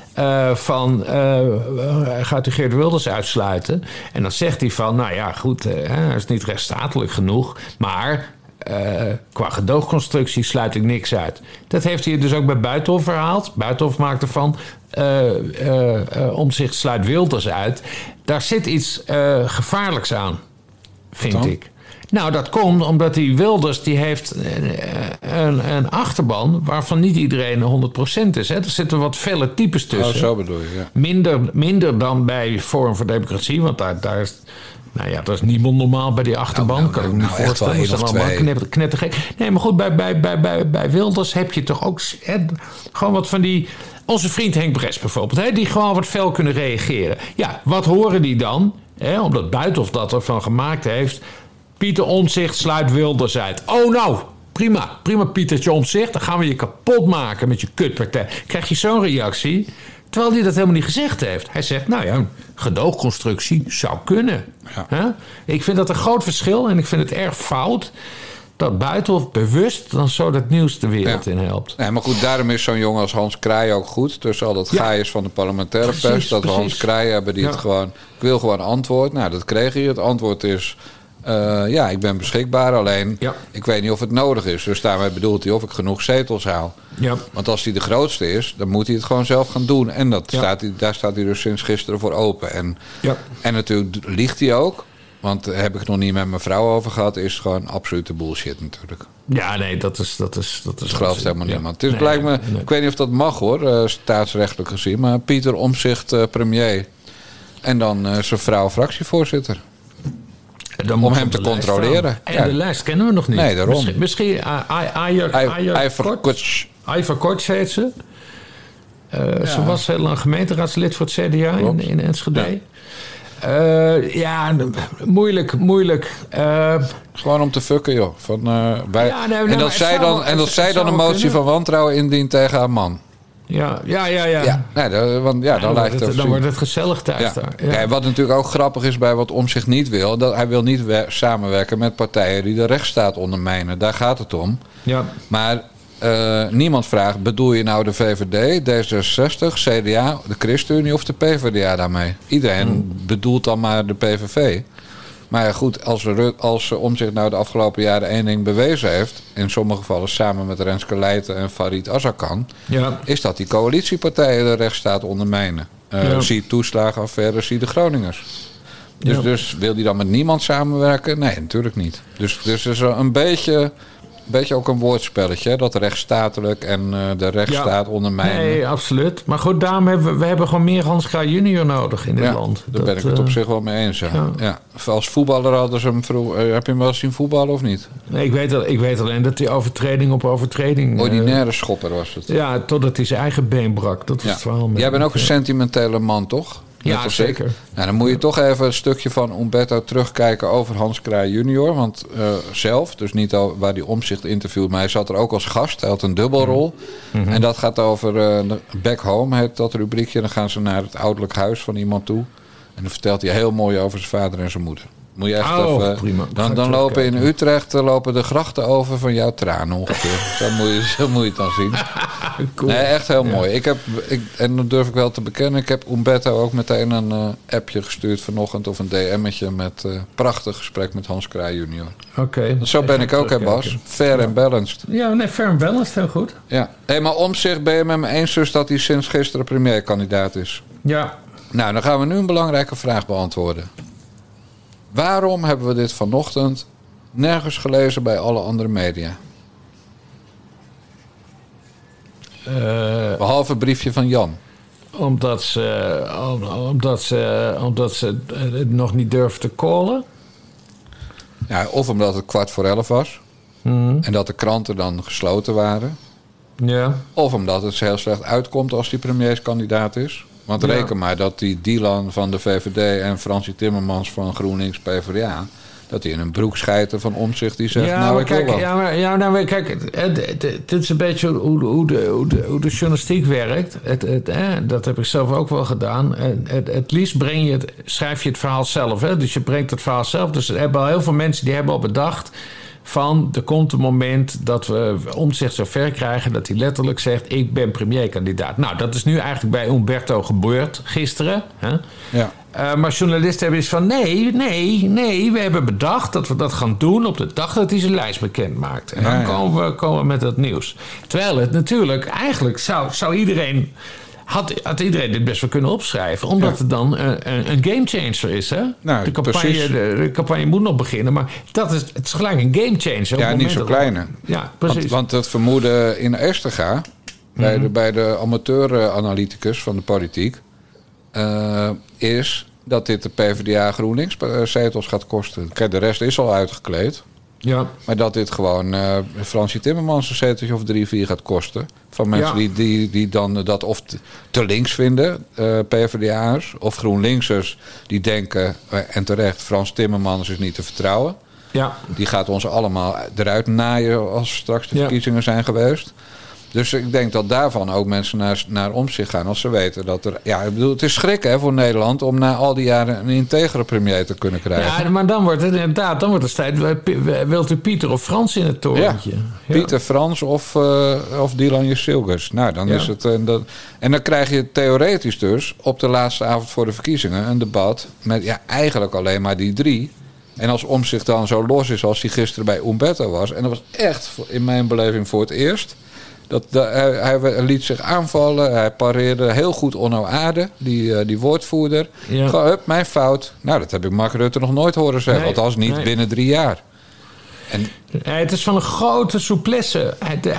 gaat u Geert Wilders uitsluiten? En dan zegt hij van... nou ja, goed, hij is niet rechtsstatelijk genoeg... maar... qua gedoogconstructie sluit ik niks uit. Dat heeft hij dus ook bij Buitenhof verhaald. Buitenhof maakt ervan... Omtzigt sluit Wilders uit. Daar zit iets gevaarlijks aan, vind ik. Nou, dat komt omdat die Wilders... die heeft een achterban... waarvan niet iedereen 100% is. Hè. Er zitten wat felle types tussen. Oh, zo bedoel je, ja. Minder dan bij Forum voor Democratie... want daar is... Nou ja, dat is niemand normaal bij die achterban. Kan ik me niet voorstellen. Dat is allemaal knettergek. Nee, maar goed, bij Wilders heb je toch ook... gewoon wat van die... Onze vriend Henk Bres bijvoorbeeld. Die gewoon wat fel kunnen reageren. Ja, wat horen die dan? Omdat Buitenhof dat ervan gemaakt heeft... Pieter Omtzigt sluit Wilders uit. Oh nou, prima Pietertje Omtzigt. Dan gaan we je kapot maken met je kutpartij. Krijg je zo'n reactie... Terwijl hij dat helemaal niet gezegd heeft. Hij zegt, nou ja, gedoogconstructie zou kunnen. Ja. Ik vind dat een groot verschil en ik vind het erg fout... dat Buitenhof bewust dan zo dat nieuws de wereld in helpt. Nee, maar goed, daarom is zo'n jongen als Hans Kraaij ook goed. Tussen al dat gaaiers van de parlementaire pers... dat we Hans Kraaij hebben die het gewoon... Ik wil gewoon antwoord. Nou, dat kreeg hij. Het antwoord is... ik ben beschikbaar, alleen ik weet niet of het nodig is. Dus daarmee bedoelt hij of ik genoeg zetels haal. Ja. Want als hij de grootste is, dan moet hij het gewoon zelf gaan doen. En daar staat hij dus sinds gisteren voor open. En natuurlijk liegt hij ook. Want daar heb ik het nog niet met mijn vrouw over gehad. Is gewoon absolute bullshit natuurlijk. Ja, nee, dat is gelooft helemaal niemand. Het lijkt me, ik weet niet of dat mag hoor, staatsrechtelijk gezien. Maar Pieter Omtzigt premier. En dan zijn vrouw fractievoorzitter. Om hem te controleren. En de lijst kennen we nog niet. Nee, daarom. Misschien Iver Korts heet ze. Ze was heel lang gemeenteraadslid voor het CDA in Enschede. Moeilijk. Gewoon om te fucken, joh. En dat zij dan een motie van wantrouwen indient tegen haar man. Ja. Dan lijkt het. Dan wordt het gezellig thuis daar. Ja. Ja, wat natuurlijk ook grappig is bij wat Omtzigt niet wil... dat hij wil niet samenwerken met partijen die de rechtsstaat ondermijnen. Daar gaat het om. Ja. Maar niemand vraagt, bedoel je nou de VVD, D66, CDA, de ChristenUnie of de PvdA daarmee? Iedereen bedoelt dan maar de PVV. Maar ja, goed, als Omtzigt nou de afgelopen jaren één ding bewezen heeft... in sommige gevallen samen met Renske Leijten en Farid Azarkan... is dat die coalitiepartijen de rechtsstaat ondermijnen. Zie toeslagenaffaire, zie de Groningers. Dus wil die dan met niemand samenwerken? Nee, natuurlijk niet. Dus het is een beetje ook een woordspelletje, dat rechtsstatelijk en de rechtsstaat ondermijnen. Nee, absoluut. Maar goed, daarom hebben we gewoon meer Hans Kraaij junior nodig in dit land. Daar ben ik het op zich wel mee eens. Ja. Als voetballer hadden ze hem vroeger... Heb je hem wel eens zien voetballen of niet? Nee, ik weet alleen dat hij overtreding op overtreding... Ordinaire schopper was het. Ja, totdat hij zijn eigen been brak. Dat was het verhaal. Jij bent ook een sentimentele man, toch? Ja, zeker. Nou, dan moet je toch even een stukje van Umberto terugkijken over Hans Kraaij junior. Want zelf, dus niet al waar hij Omtzigt interviewt, maar hij zat er ook als gast. Hij had een dubbelrol. Mm-hmm. En dat gaat over Back Home, heet dat rubriekje. Dan gaan ze naar het ouderlijk huis van iemand toe. En dan vertelt hij heel mooi over zijn vader en zijn moeder. Moet je echt even, prima. Dan lopen in Utrecht lopen de grachten over van jouw tranen ongeveer. Zo moet je het dan zien. Cool. Nee, echt heel mooi. En dat durf ik wel te bekennen. Ik heb Umberto ook meteen een appje gestuurd vanochtend of een DM'tje met prachtig gesprek met Hans Kraaij junior. Oké. Zo ben ik ook, hè Bas. Fair and balanced. Ja, nee, fair and balanced, heel goed. Ja. Maar Omtzigt, ben je met me eens dus dat hij sinds gisteren premierkandidaat is? Ja. Nou, dan gaan we nu een belangrijke vraag beantwoorden. Waarom hebben we dit vanochtend nergens gelezen bij alle andere media? Behalve het briefje van Jan. Omdat ze het nog niet durfden te callen. Ja, of omdat het 11:15 was. En dat de kranten dan gesloten waren. Ja. Of omdat het heel slecht uitkomt als die premierskandidaat is. Want reken maar dat die Dylan van de VVD en Fransie Timmermans van GroenLinks PvdA... dat die in een broek schijten van Omtzigt die zegt... Kijk, dit is een beetje hoe de journalistiek werkt. Dat heb ik zelf ook wel gedaan. Het liefst schrijf je het verhaal zelf. Hè? Dus je brengt het verhaal zelf. Dus er hebben al heel veel mensen die hebben al bedacht... van er komt een moment dat we Omtzigt zo ver krijgen... dat hij letterlijk zegt, ik ben premierkandidaat. Nou, dat is nu eigenlijk bij Umberto gebeurd gisteren. Hè? Ja. Maar journalisten hebben iets van... nee, we hebben bedacht dat we dat gaan doen... op de dag dat hij zijn lijst bekend maakt. En dan komen we met dat nieuws. Terwijl het natuurlijk... eigenlijk zou iedereen... Had iedereen dit best wel kunnen opschrijven. Omdat het dan een gamechanger is. Hè? Nou, de campagne moet nog beginnen. Maar het is gelijk een gamechanger. Ja, niet zo kleine. Ja, precies. Want het vermoeden in Esterga... bij de amateur-analyticus van de politiek... is dat dit de PvdA GroenLinks zetels gaat kosten. Kijk, de rest is al uitgekleed. Ja. Maar dat dit gewoon Fransie Timmermans een zeteltje of 3-4 gaat kosten. Van mensen die dan dat of te links vinden, PvdA'ers. Of GroenLinksers die denken, en terecht, Frans Timmermans is niet te vertrouwen. Ja. Die gaat ons allemaal eruit naaien als straks de verkiezingen zijn geweest. Dus ik denk dat daarvan ook mensen naar Omtzigt gaan als ze weten dat er... Ja, ik bedoel, het is schrik hè, voor Nederland om na al die jaren een integere premier te kunnen krijgen. Ja, maar dan wordt het inderdaad, tijd. Wilt u Pieter of Frans in het torentje? Ja. Pieter, Frans of Dylan Jusilgus. Nou, dan is het... En dan krijg je theoretisch dus op de laatste avond voor de verkiezingen een debat met eigenlijk alleen maar die 3. En als Omtzigt dan zo los is als hij gisteren bij Umberto was. En dat was echt in mijn beleving voor het eerst... Hij liet zich aanvallen. Hij pareerde heel goed Onno Aarde, die woordvoerder. Ja. Gewoon, mijn fout. Nou, dat heb ik Mark Rutte nog nooit horen zeggen. Nee, althans niet binnen 3 jaar. En... Het is van een grote souplesse.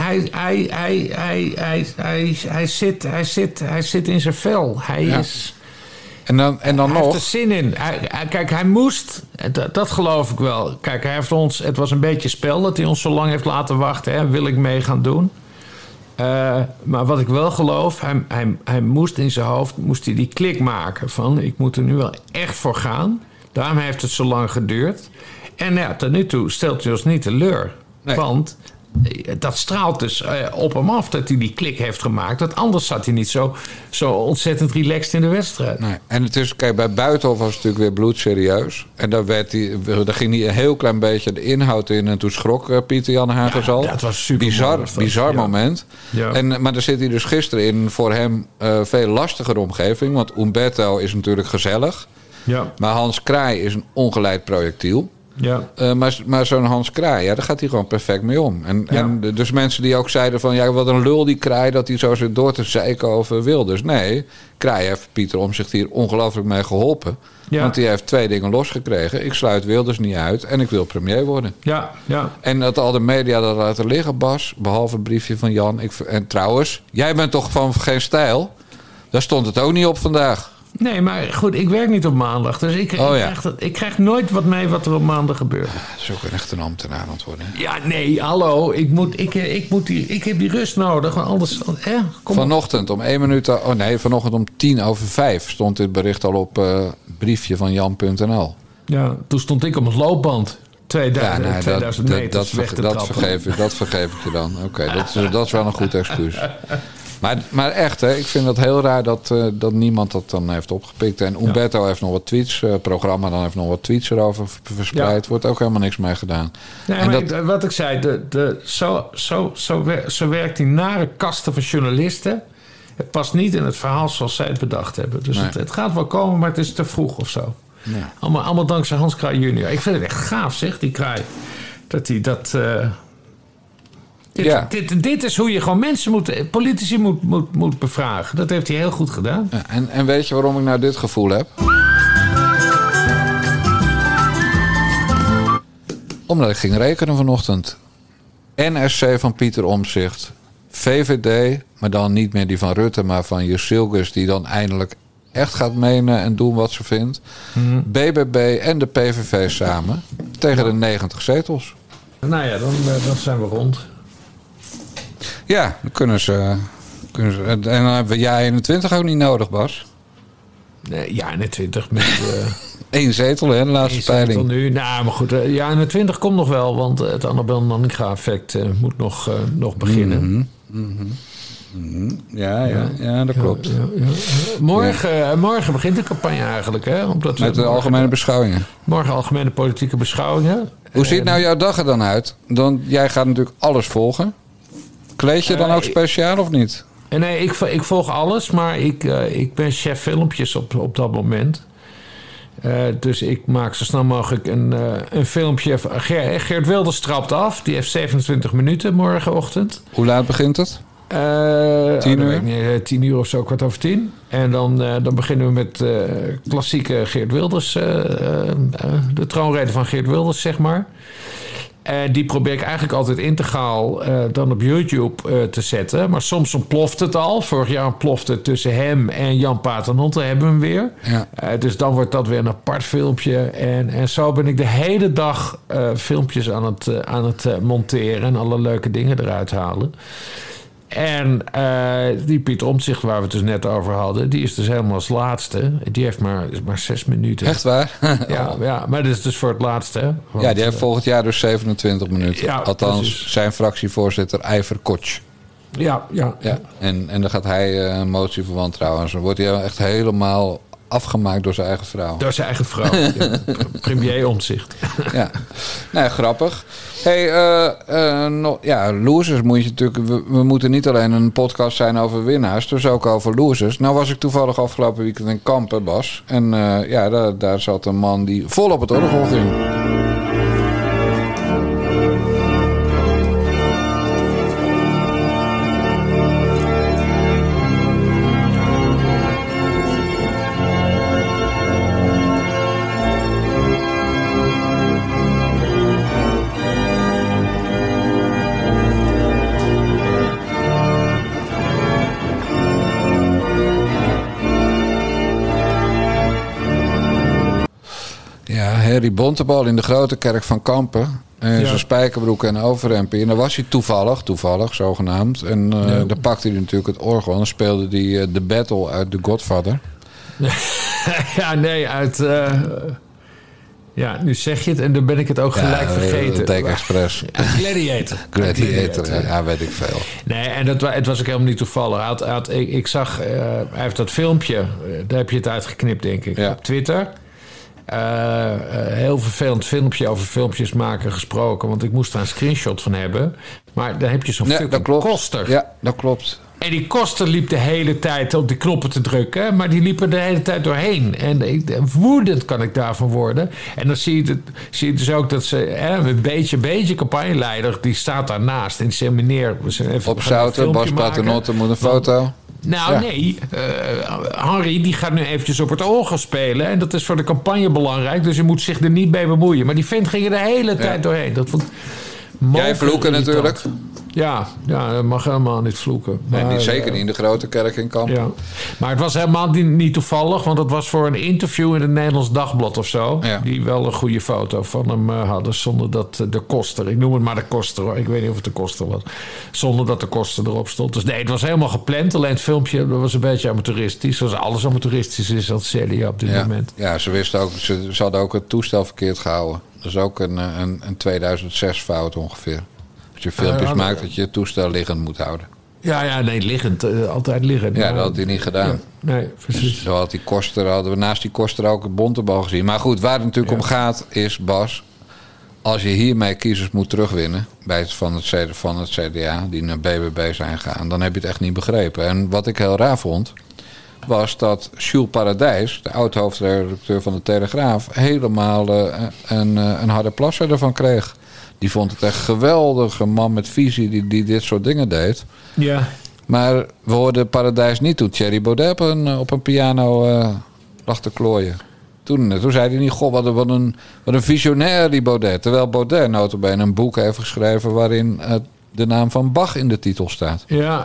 Hij zit in zijn vel. Hij is... En dan hij nog... heeft er zin in. Kijk, hij moest... Dat geloof ik wel. Kijk, hij heeft ons... Het was een beetje spel dat hij ons zo lang heeft laten wachten. Hè. Wil ik mee gaan doen? Maar wat ik wel geloof, hij moest in zijn hoofd die klik maken van ik moet er nu wel echt voor gaan. Daarom heeft het zo lang geduurd. En tot nu toe stelt hij ons niet teleur. Nee. Want dat straalt dus op hem af dat hij die klik heeft gemaakt. Want anders zat hij niet zo ontzettend relaxed in de wedstrijd. Nee. En het is, kijk, bij Buitenhof was het natuurlijk weer bloedserieus. En daar ging hij een heel klein beetje de inhoud in. En toen schrok Pieter Jan Hagers al. Ja, dat was super bizar moment. Ja. Maar daar zit hij dus gisteren in voor hem veel lastigere omgeving. Want Umberto is natuurlijk gezellig. Ja. Maar Hans Kraai is een ongeleid projectiel. Ja. Maar zo'n Hans Kraai, daar gaat hij gewoon perfect mee om. En dus mensen die ook zeiden van... wat een lul die Kraai, dat hij zo zit door te zeiken over Wilders. Nee, Kraai heeft Pieter Omtzigt hier ongelooflijk mee geholpen. Ja. Want hij heeft 2 dingen losgekregen. Ik sluit Wilders niet uit en ik wil premier worden. Ja. En dat al de media dat laten liggen, Bas. Behalve een briefje van Jan. En trouwens, jij bent toch van Geen Stijl? Daar stond het ook niet op vandaag. Nee, maar goed, ik werk niet op maandag. Dus ik krijg nooit wat mee wat er op maandag gebeurt. Dat is ook echt een ambtenaar antwoorden. Ja, nee, hallo. Ik heb die rust nodig. Want anders... Vanochtend om 1 minuut... vanochtend om 4:10 stond dit bericht al op briefje van Jan.nl. Ja, toen stond ik op het loopband. 2000 meter dat vergeef ik je dan. Oké, dat is wel een goed excuus. Maar echt, hè, ik vind het heel raar dat niemand dat dan heeft opgepikt. En Umberto heeft nog wat tweets, programma dan heeft nog wat tweets erover verspreid. Wordt ook helemaal niks mee gedaan. Nee, wat ik zei, zo werkt die nare kasten van journalisten. Het past niet in het verhaal zoals zij het bedacht hebben. Dus het gaat wel komen, maar het is te vroeg of zo. Ja. Allemaal dankzij Hans Kraai junior. Ik vind het echt gaaf, zeg, die Kraai. Dat hij dat... Dit is hoe je gewoon politici moet bevragen. Dat heeft hij heel goed gedaan. Ja, en weet je waarom ik nou dit gevoel heb? Omdat ik ging rekenen vanochtend. NSC van Pieter Omtzigt. VVD, maar dan niet meer die van Rutte, maar van Jusilgus, die dan eindelijk echt gaat menen en doen wat ze vindt. BBB en de PVV samen tegen de 90 zetels. Nou ja, dan zijn we rond. Ja, dan kunnen ze. En dan hebben we jaar 21 ook niet nodig, Bas. Nee, jaar 21 met... 1 zetel, hè, de laatste peiling. Nu. Nou, maar goed, jaar 21 komt nog wel, want het Annabel Nanninga-effect moet nog beginnen. Ja, dat klopt. Ja. Morgen begint de campagne eigenlijk, hè? Met de algemene beschouwingen. Morgen algemene politieke beschouwingen. Hoe ziet nou jouw dag er dan uit? Jij gaat natuurlijk alles volgen. Kleed je dan ook speciaal of niet? Nee, ik volg alles, maar ik ben chef filmpjes op dat moment. Dus ik maak zo snel mogelijk een filmpje. Geert Wilders trapt af. Die heeft 27 minuten morgenochtend. Hoe laat begint het? 10 uur? 10 uur of zo, 10:15. En dan beginnen we met klassieke Geert Wilders. De troonrede van Geert Wilders, zeg maar. Die probeer ik eigenlijk altijd integraal dan op YouTube te zetten. Maar soms ontploft het al. Vorig jaar ontplofte het tussen hem en Jan Paternotte. Hebben we hem weer. Ja. Dus dan wordt dat weer een apart filmpje. En zo ben ik de hele dag filmpjes aan het monteren. En alle leuke dingen eruit halen. En die Pieter Omtzigt, waar we het dus net over hadden... die is dus helemaal als laatste. Die heeft maar 6 minuten. Echt waar? Ja, maar dit is dus voor het laatste. Hè? Want, ja, die heeft volgend jaar dus 27 minuten. Ja, althans, precies. Zijn fractievoorzitter Iver Koch. Ja. En dan gaat hij een motie voor wantrouwen. En zo wordt hij echt helemaal afgemaakt door zijn eigen vrouw. Door zijn eigen vrouw. Premier Omtzigt. Ja, nou, grappig. Losers moet je natuurlijk... We moeten niet alleen een podcast zijn over winnaars, dus ook over losers. Nou was ik toevallig afgelopen weekend in Kampen, Bas. En daar zat een man die vol op het orgel ging. Harry Bontebal in de grote kerk van Kampen. Zijn spijkerbroek en overhemdje. En daar was hij toevallig zogenaamd. En daar pakte hij natuurlijk het orgel. En dan speelde hij The Battle uit The Godfather. uit... nu zeg je het en dan ben ik het ook gelijk vergeten. Take Express. Gladiator, ja, weet ik veel. Nee, en het was ook helemaal niet toevallig. Ik zag, hij heeft dat filmpje, daar heb je het uitgeknipt, denk ik, op Twitter. Heel vervelend filmpje over filmpjes maken gesproken, want ik moest daar een screenshot van hebben. Maar daar heb je zo'n fucking Koster. Ja, dat klopt. En die Koster liep de hele tijd op die knoppen te drukken, maar die liep er de hele tijd doorheen. En woedend kan ik daarvan worden. En dan zie je dus ook dat ze een beetje campagneleider, die staat daarnaast. En die zegt, meneer, we zijn even opzouten, Bas Paternotte moet een foto. Nee, Henry die gaat nu eventjes op het orgel spelen. En dat is voor de campagne belangrijk. Dus je moet zich er niet mee bemoeien. Maar die vent ging er de hele tijd doorheen. Dat vond jij vloeken natuurlijk. Ja, dat mag helemaal niet vloeken. Maar, nee, zeker niet in de grote kerk in Kampen. Ja. Maar het was helemaal niet toevallig. Want het was voor een interview in het Nederlands Dagblad of zo. Ja. Die wel een goede foto van hem hadden. Zonder dat de Koster... Ik noem het maar de Koster hoor. Ik weet niet of het de Koster was. Zonder dat de Koster erop stond. Dus nee, het was helemaal gepland. Alleen het filmpje was een beetje amateuristisch. Zoals alles amateuristisch is dat CDA op dit moment. Ja, ze wisten ook... Ze hadden ook het toestel verkeerd gehouden. Dat is ook een 2006 fout ongeveer. Als je filmpjes maakt dat je het toestel liggend moet houden. Ja, nee, liggend. Altijd liggend. Ja, dat had hij niet gedaan. Ja, nee, precies. Zo had hadden we naast die Koster ook een Bontebal gezien. Maar goed, waar het natuurlijk om gaat is, Bas... als je hiermee kiezers moet terugwinnen... van het CDA, die naar BBB zijn gegaan... dan heb je het echt niet begrepen. En wat ik heel raar vond... was dat Jules Paradijs, de oud-hoofdredacteur van de Telegraaf... helemaal een harde plasser ervan kreeg. Die vond het echt geweldig. Een man met visie die dit soort dingen deed. Ja. Maar we hoorden Paradijs niet toen Thierry Baudet op een piano lag te klooien. Toen zei hij niet, goh, wat een visionair die Baudet. Terwijl Baudet nota bene een boek heeft geschreven... waarin de naam van Bach in de titel staat. Ja,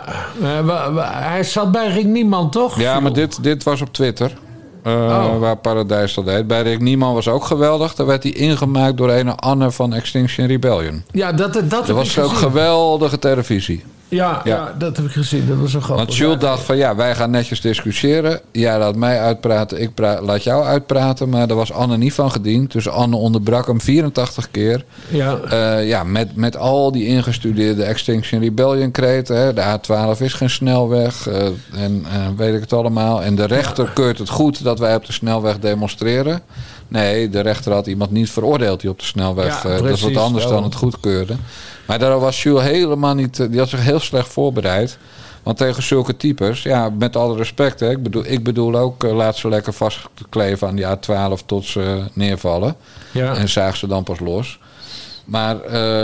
hij zat bij Rick Niemann, toch? Ja, maar dit was op Twitter. Waar Paradijs dat deed. Bij Rick Niemann was ook geweldig. Daar werd hij ingemaakt door een Anne van Extinction Rebellion. Ja, dat was ook geweldige televisie. Ja, dat heb ik gezien. Dat was zo grappig. Want Jules dacht van wij gaan netjes discussiëren. Jij laat mij uitpraten, ik laat jou uitpraten. Maar daar was Anne niet van gediend. Dus Anne onderbrak hem 84 keer. Ja. Met al die ingestudeerde Extinction Rebellion kreten. Hè. De A12 is geen snelweg. En weet ik het allemaal. En de rechter keurt het goed dat wij op de snelweg demonstreren. Nee, de rechter had iemand niet veroordeeld die op de snelweg... dat is wat anders dan het goedkeurde. Maar daar was Jules helemaal niet... Die had zich heel slecht voorbereid. Want tegen zulke types... met alle respect, hè, ik bedoel ook... laat ze lekker vastkleven aan die A12 tot ze neervallen. Ja. En zaag ze dan pas los. Maar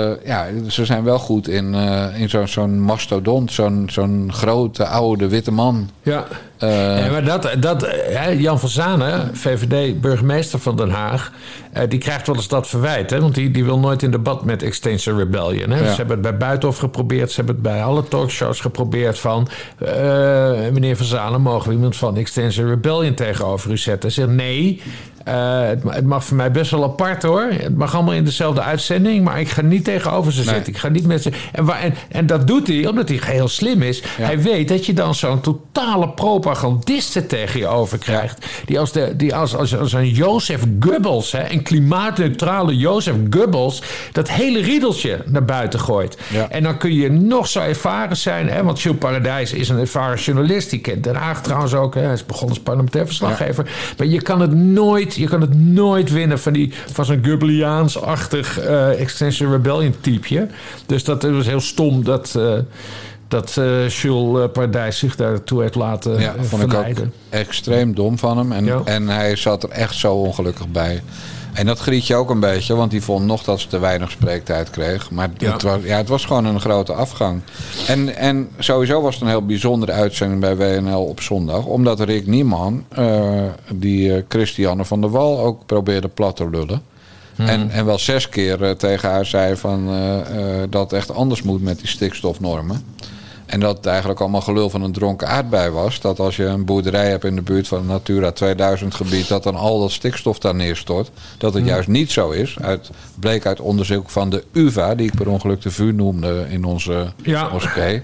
ze zijn wel goed in zo'n mastodont. Zo'n grote, oude, witte man. Ja. Maar Jan van Zanen, VVD-burgemeester van Den Haag... die krijgt wel eens dat verwijt. Hè? Want die wil nooit in debat met Extinction Rebellion. Hè? Ja. Ze hebben het bij Buitenhof geprobeerd. Ze hebben het bij alle talkshows geprobeerd van... meneer van Zanen, mogen we iemand van Extinction Rebellion tegenover u zetten? Ze zegt nee... het mag voor mij best wel apart hoor. Het mag allemaal in dezelfde uitzending, maar ik ga niet tegenover ze zitten. Ik ga niet met ze. En dat doet hij omdat hij heel slim is. Ja. Hij weet dat je dan zo'n totale propagandiste tegen je over krijgt. Die als een Jozef Goebbels, hè, een klimaatneutrale Jozef Goebbels, dat hele riedeltje naar buiten gooit. Ja. En dan kun je nog zo ervaren zijn, hè, want Jules Paradijs is een ervaren journalist. Die kent Den Haag trouwens ook. Hè. Hij is begonnen als parlementair verslaggever. Ja. Maar je kan het nooit winnen van zo'n Goebbeliaans-achtig Extinction Rebellion typeje. Dus dat was heel stom dat Jules Paradijs zich daartoe heeft laten verleiden. Vond ik ook extreem dom van hem. En hij zat er echt zo ongelukkig bij. En dat griet je ook een beetje, want die vond nog dat ze te weinig spreektijd kreeg. Maar het was gewoon een grote afgang. En sowieso was het een heel bijzondere uitzending bij WNL op zondag. Omdat Rick Niemann, die Christiane van der Wal ook probeerde plat te lullen. En wel 6 keer tegen haar zei van dat het echt anders moet met die stikstofnormen. En dat het eigenlijk allemaal gelul van een dronken aardbei was. Dat als je een boerderij hebt in de buurt van een Natura 2000 gebied... dat dan al dat stikstof daar neerstort. Dat het juist niet zo is. Bleek uit onderzoek van de UvA... die ik per ongeluk de VU noemde in onze moskee.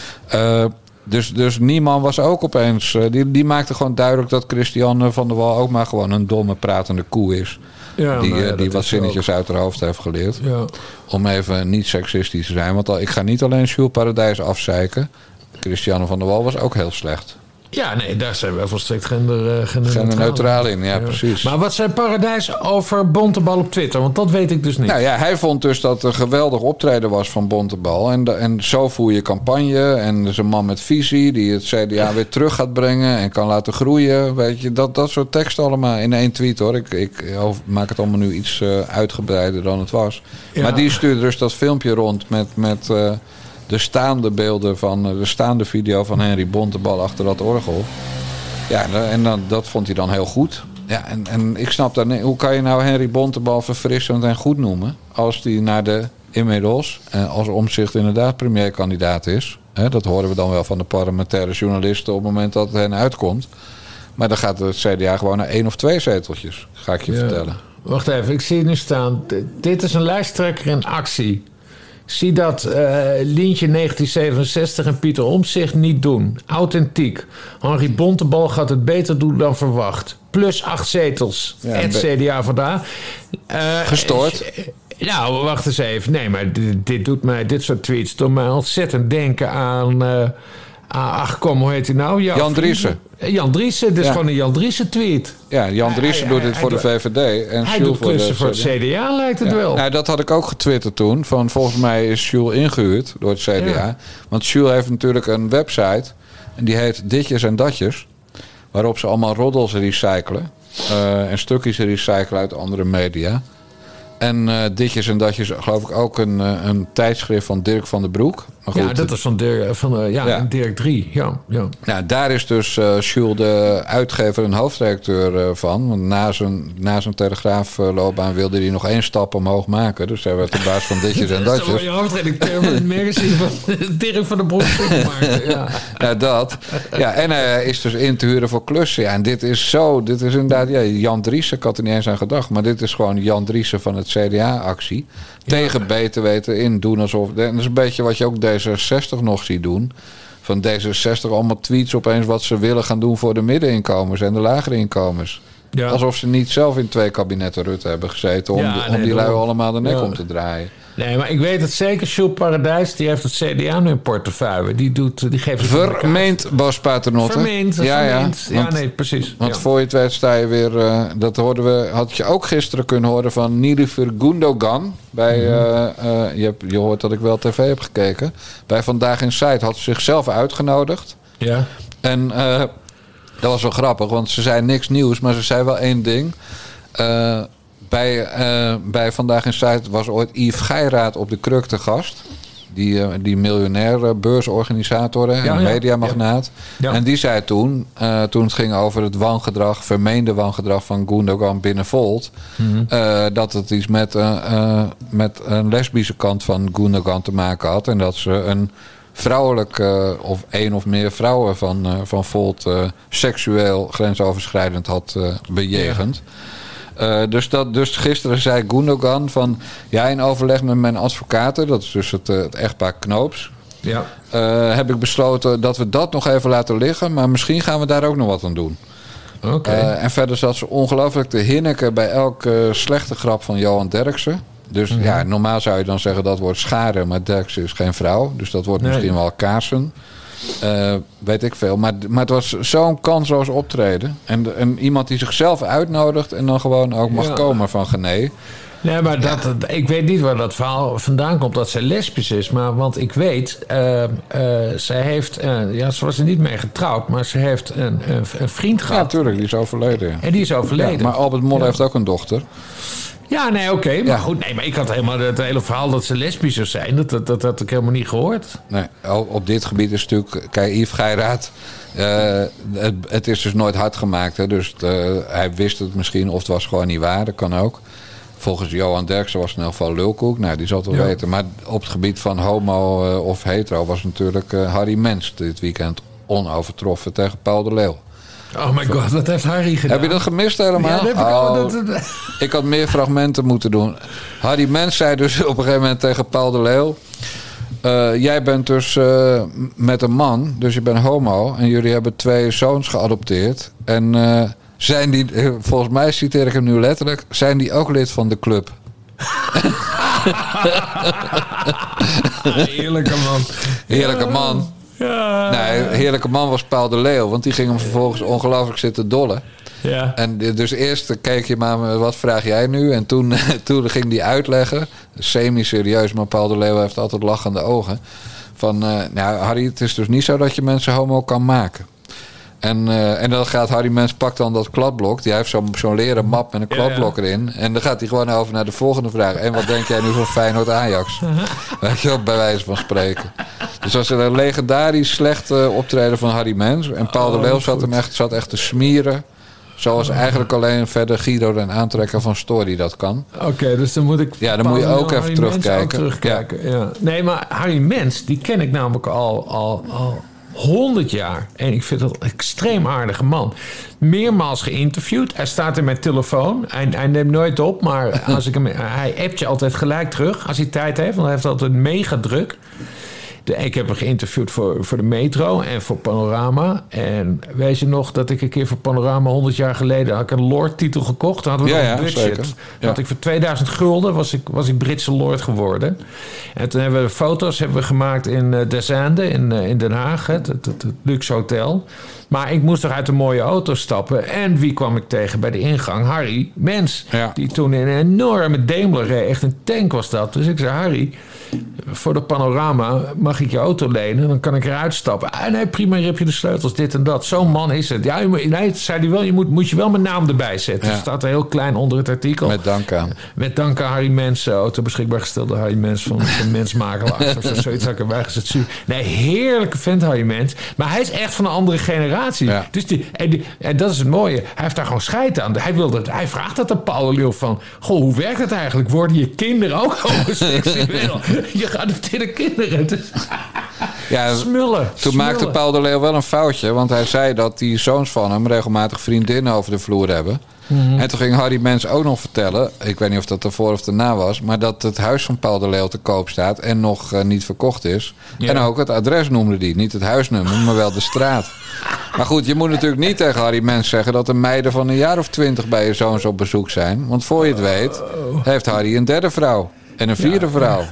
Dus Niemann was ook opeens... Die maakte gewoon duidelijk dat Christiane van der Wal... ook maar gewoon een domme pratende koe is. Ja, die wat zinnetjes uit haar hoofd heeft geleerd. Ja. Om even niet seksistisch te zijn. Want ik ga niet alleen Jules Paradijs afzeiken. Christiane van der Wal was ook heel slecht. Ja, nee, daar zijn we volstrekt genderneutraal in. Ja, precies. Maar wat zei Paradijs over Bontebal op Twitter? Want dat weet ik dus niet. Nou ja, hij vond dus dat een geweldig optreden was van Bontebal. En zo voer je campagne. En er is een man met visie die het CDA weer terug gaat brengen en kan laten groeien. Weet je, dat soort teksten allemaal in 1 tweet hoor. Ik maak het allemaal nu iets uitgebreider dan het was. Ja. Maar die stuurde dus dat filmpje rond met de staande beelden van de staande video van Henry Bontebal achter dat orgel. Ja, en dat vond hij dan heel goed. Ja, en ik snap daar niet. Hoe kan je nou Henry Bontebal verfrissend en goed noemen als die naar de inmiddels, als Omtzigt inderdaad premierkandidaat is. Hè, dat horen we dan wel van de parlementaire journalisten op het moment dat het hen uitkomt. Maar dan gaat het CDA gewoon naar 1 of 2 zeteltjes, ga ik je vertellen. Wacht even, ik zie het nu staan. Dit is een lijsttrekker in actie. Zie dat Lientje 1967 en Pieter Omtzigt niet doen. Authentiek. Henry Bontebal gaat het beter doen dan verwacht. Plus 8 zetels. Ja, het CDA vandaag. Gestoord. Nou, wacht eens even. Nee, maar dit soort tweets doen mij ontzettend denken aan... ach, kom, hoe heet hij nou? Jan Driessen. Jan Driessen, dit is gewoon een Jan Driessen tweet. Ja, Jan Driessen doet dit voor de VVD. En hij doet klussen voor het CDA, lijkt het wel. Nou, dat had ik ook getwitterd toen. Van, volgens mij is Jules ingehuurd door het CDA. Ja. Want Jules heeft natuurlijk een website. En die heet Ditjes en Datjes. Waarop ze allemaal roddels recyclen. En stukjes recyclen uit andere media. En Ditjes en Datjes, geloof ik ook een tijdschrift van Dirk van den Broek. Maar goed, ja, dat is van Dirk 3. Ja. Nou, daar is dus Jules de uitgever en hoofdredacteur van. Want na zijn telegraafloopbaan wilde hij nog 1 stap omhoog maken. Dus hij werd de baas van ditjes en datjes. Dat is je hoofdredacteur van het magazine van Dirk van den Broek. Ja, dat. Ja, en hij is dus in te huren voor klussen. Ja, en dit is inderdaad... Ja, Jan Driessen, ik had er niet eens aan gedacht. Maar dit is gewoon Jan Driessen van het CDA-actie. Tegen beter weten in doen alsof... En dat is een beetje wat je ook D66 nog ziet doen. Van D66 allemaal tweets opeens wat ze willen gaan doen voor de middeninkomens en de lagere inkomens. Ja. Alsof ze niet zelf in 2 kabinetten Rutte hebben gezeten om die lui allemaal de nek om te draaien. Nee, maar ik weet het zeker. Jules Paradijs, die heeft het CDA nu in portefeuille. Die geeft het vermeend, Bas Paternotte. Vermeend. Ja, nee, precies. Want voor je het weet sta je weer... dat had je ook gisteren kunnen horen van Nilüfer Gundogan. Je hoort dat ik wel tv heb gekeken. Bij Vandaag in Zuid had ze zichzelf uitgenodigd. Ja. En dat was wel grappig, want ze zei niks nieuws. Maar ze zei wel 1 ding... Bij Vandaag in Zuid was ooit Yves Geiraat op de kruk te gast. Die miljonair beursorganisator en mediamagnaat. Ja. En die zei toen het ging over het vermeende wangedrag van Gundogan binnen Volt... dat het iets met een lesbische kant van Gundogan te maken had. En dat ze een vrouwelijke of 1 of meer vrouwen van Volt seksueel grensoverschrijdend had bejegend. Ja. Dus gisteren zei Gundogan van... Ja, in overleg met mijn advocaten... dat is dus het echtpaar Knoops... Ja. Heb ik besloten dat we dat nog even laten liggen... maar misschien gaan we daar ook nog wat aan doen. Okay. En verder zat ze ongelooflijk te hinniken... bij elke slechte grap van Johan Derksen. Dus ja, normaal zou je dan zeggen dat wordt Scharen... maar Derksen is geen vrouw. Dus dat wordt misschien wel Kaarsen. Weet ik veel. Maar het was zo'n kansloos optreden. En iemand die zichzelf uitnodigt... en dan gewoon ook mag komen van Gené. Nee, maar ik weet niet waar dat verhaal vandaan komt... dat zij lesbisch is. Maar want ik weet... zij heeft... ze was er niet mee getrouwd... maar ze heeft een vriend gehad. Ja, natuurlijk. Die is overleden. Ja. En die is overleden. Ja, maar Albert Mol heeft ook een dochter. Ja, nee, oké. Maar goed, nee, maar ik had helemaal het hele verhaal dat ze lesbisch zou zijn. Dat had ik helemaal niet gehoord. Nee, op dit gebied is natuurlijk... Kijk, Yves Geiraat... het is dus nooit hard gemaakt. Hè, dus hij wist het misschien of het was gewoon niet waar. Dat kan ook. Volgens Johan Derksen was het in ieder geval lulkoek. Nou, die zal het wel weten. Maar op het gebied van homo of hetero... was natuurlijk Harry Mens dit weekend onovertroffen tegen Paul de Leeuw. Oh my god, wat heeft Harry gedaan? Heb je dat gemist helemaal? Ja, ik had meer fragmenten moeten doen. Harry Mens zei dus op een gegeven moment tegen Paul de Leeuw... jij bent dus met een man, dus je bent homo... en jullie hebben 2 zoons geadopteerd. En zijn die, volgens mij citeer ik hem nu letterlijk... zijn die ook lid van de club? Heerlijke man. Heerlijke man. Ja. Nee, heerlijke man was Paul de Leeuw. Want die ging hem vervolgens ongelooflijk zitten dollen. Ja. En dus eerst keek je maar, wat vraag jij nu? En toen ging hij uitleggen. Semi-serieus, maar Paul de Leeuw heeft altijd lachende ogen. Van, nou Harry, het is dus niet zo dat je mensen homo kan maken. En dan gaat Harry Mens, pakt dan dat kladblok. Die heeft zo'n leren map met een kladblok erin. En dan gaat hij gewoon over naar de volgende vraag. En wat denk jij nu van Feyenoord-Ajax? Weet je wel, bij wijze van spreken. Dus dat was een legendarisch slecht optreden van Harry Mens. En Paul de Leeuw zat echt te smieren. Zoals eigenlijk alleen verder Guido en aantrekker van Story dat kan. Oké, dus dan moet ik... Ja, dan moet je ook even terugkijken. Ja. Nee, maar Harry Mens, die ken ik namelijk al 100 jaar. En ik vind dat een extreem aardige man. Meermaals geïnterviewd. Hij staat in mijn telefoon. Hij neemt nooit op, maar hij appt je altijd gelijk terug als hij tijd heeft. Want hij heeft altijd mega druk. Ik heb hem geïnterviewd voor de Metro en voor Panorama. En weet je nog dat ik een keer voor Panorama 100 jaar geleden... had ik een Lord-titel gekocht. Dan hadden we nog een budget. Zeker. Ja. Had ik voor 2000 gulden was ik Britse Lord geworden. En toen hebben we foto's gemaakt in Des Andes in Den Haag. Het luxe hotel. Maar ik moest toch uit een mooie auto stappen. En wie kwam ik tegen bij de ingang? Harry Mens. Ja. Die toen in een enorme Daimler reed. Echt een tank was dat. Dus ik zei, Harry... voor de Panorama mag mag ik je auto lenen? Dan kan ik eruit stappen. Nee, prima, hier heb je de sleutels, dit en dat. Zo'n man is het. Ja, nee, zei hij wel, moet je wel mijn naam erbij zetten. Ja. Er staat er heel klein onder het artikel. Met dank aan. Met dank aan Harry Mens, auto beschikbaar gestelde Harry Mens van Mensmakelaars of zoiets had ik erbij gezet. Nee, heerlijke vent Harry Mens. Maar hij is echt van een andere generatie. Ja. Dus en dat is het mooie. Hij heeft daar gewoon scheid aan. Hij vraagt dat aan Paul de Leeuw van... Goh, hoe werkt het eigenlijk? Worden je kinderen ook homoseksueel? Je adopteerde kinderen. Dus... Ja, Smullen. Toen maakte Paul de Leeuw wel een foutje. Want hij zei dat die zoons van hem regelmatig vriendinnen over de vloer hebben. Mm-hmm. En toen ging Harry Mens ook nog vertellen... ik weet niet of dat ervoor of daarna was... maar dat het huis van Paul de Leeuw te koop staat... en nog niet verkocht is. Ja. En ook het adres noemde die. Niet het huisnummer, maar wel de straat. Maar goed, je moet natuurlijk niet tegen Harry Mens zeggen... dat er meiden van een jaar of 20 bij je zoons op bezoek zijn. Want voor je het weet, heeft Harry een derde vrouw. En een vierde vrouw.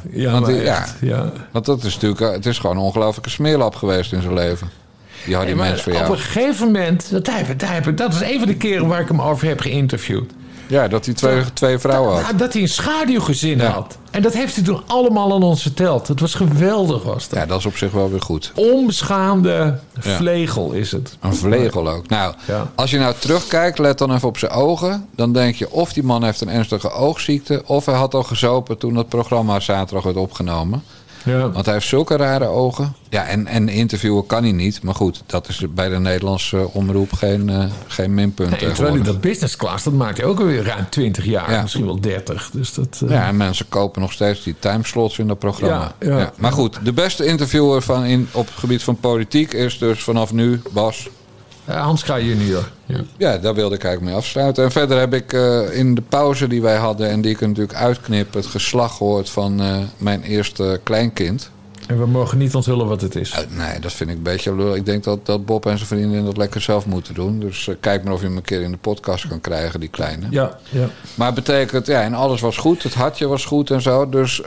Want dat is natuurlijk... het is gewoon een ongelofelijke smeerlap geweest in zijn leven. Die Harry Mens voor jou. Op een gegeven moment... Dat is een van de keren waar ik hem over heb geïnterviewd. Ja, dat hij twee vrouwen had. Dat hij een schaduwgezin had. En dat heeft hij toen allemaal aan ons verteld. Het was geweldig, was dat. Ja, dat is op zich wel weer goed. Onbeschaamde vlegel is het. Een vlegel ook. Nou, als je nou terugkijkt, let dan even op zijn ogen. Dan denk je of die man heeft een ernstige oogziekte... of hij had al gezopen toen het programma zaterdag werd opgenomen. Ja. Want hij heeft zulke rare ogen. Ja, en interviewen kan hij niet. Maar goed, dat is bij de Nederlandse omroep geen minpunt. Nee, terwijl hij dat business class, dat maakt hij ook alweer ruim 20 jaar. Ja. Misschien wel 30. Dus dat, Ja, en mensen kopen nog steeds die timeslots in dat programma. Ja. Maar goed, de beste interviewer op het gebied van politiek is dus vanaf nu Bas... Hans Kraaij junior. Ja, daar wilde ik eigenlijk mee afsluiten. En verder heb ik in de pauze die wij hadden... en die ik natuurlijk uitknip... het geslacht gehoord van mijn eerste kleinkind. En we mogen niet onthullen wat het is. Nee, dat vind ik een beetje lullig. Ik denk dat Bob en zijn vriendin dat lekker zelf moeten doen. Dus kijk maar of je hem een keer in de podcast kan krijgen, die kleine. Ja. Maar het betekent, en alles was goed. Het hartje was goed en zo. Dus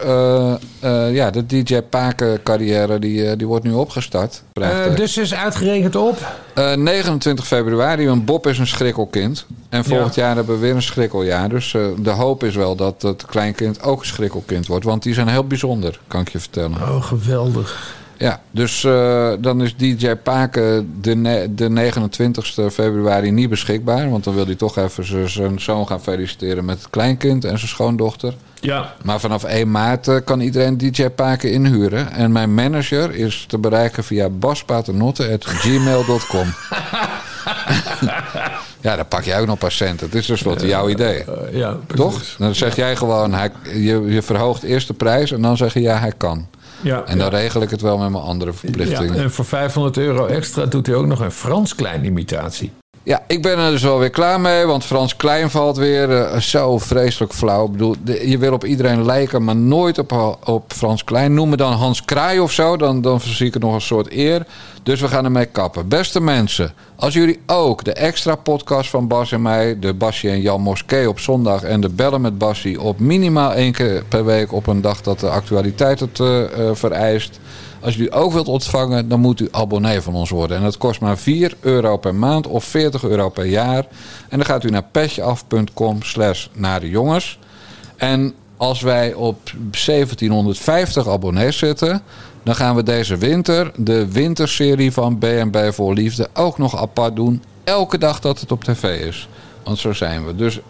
de DJ Paken carrière die wordt nu opgestart. Dus is uitgerekend op? 29 februari, want Bob is een schrikkelkind. En volgend jaar hebben we weer een schrikkeljaar. Dus de hoop is wel dat het kleinkind ook een schrikkelkind wordt. Want die zijn heel bijzonder, kan ik je vertellen. Oh, geweldig. Ja, dus dan is DJ Paken de 29 februari niet beschikbaar. Want dan wil hij toch even zijn zoon gaan feliciteren met het kleinkind en zijn schoondochter. Ja. Maar vanaf 1 maart kan iedereen DJ Paken inhuren. En mijn manager is te bereiken via baspaternotte@gmail.com. Ja, dan pak jij ook nog een paar centen. Het is tenslotte jouw idee. Ja, toch? Dan zeg jij gewoon, je verhoogt eerst de prijs en dan zeg je hij kan. Ja, en dan regel ik het wel met mijn andere verplichtingen. Ja, en voor €500 extra doet hij ook nog een Frans Klein imitatie. Ja, ik ben er dus wel weer klaar mee, want Frans Klein valt weer zo vreselijk flauw. Ik bedoel, je wil op iedereen lijken, maar nooit op Frans Klein. Noem me dan Hans Kraai of zo, dan zie ik het nog een soort eer. Dus we gaan ermee kappen. Beste mensen, als jullie ook de extra podcast van Bas en mij... de Bassie en Jan Moskee op zondag en de Bellen met Bassie... op minimaal 1 keer per week op een dag dat de actualiteit het vereist... Als jullie ook wilt ontvangen, dan moet u abonnee van ons worden. En dat kost maar €4 per maand of €40 per jaar. En dan gaat u naar petjeaf.com/narejongens. En als wij op 1750 abonnees zitten... dan gaan we deze winter de winterserie van B&B Vol Liefde ook nog apart doen. Elke dag dat het op tv is. Want zo zijn we. Dus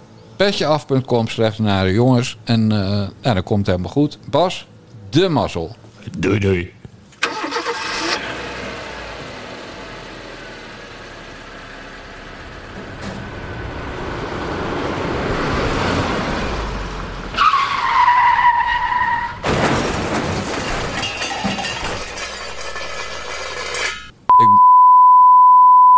petjeaf.com/narejongens. En dan komt het helemaal goed. Bas, de mazzel. Doei.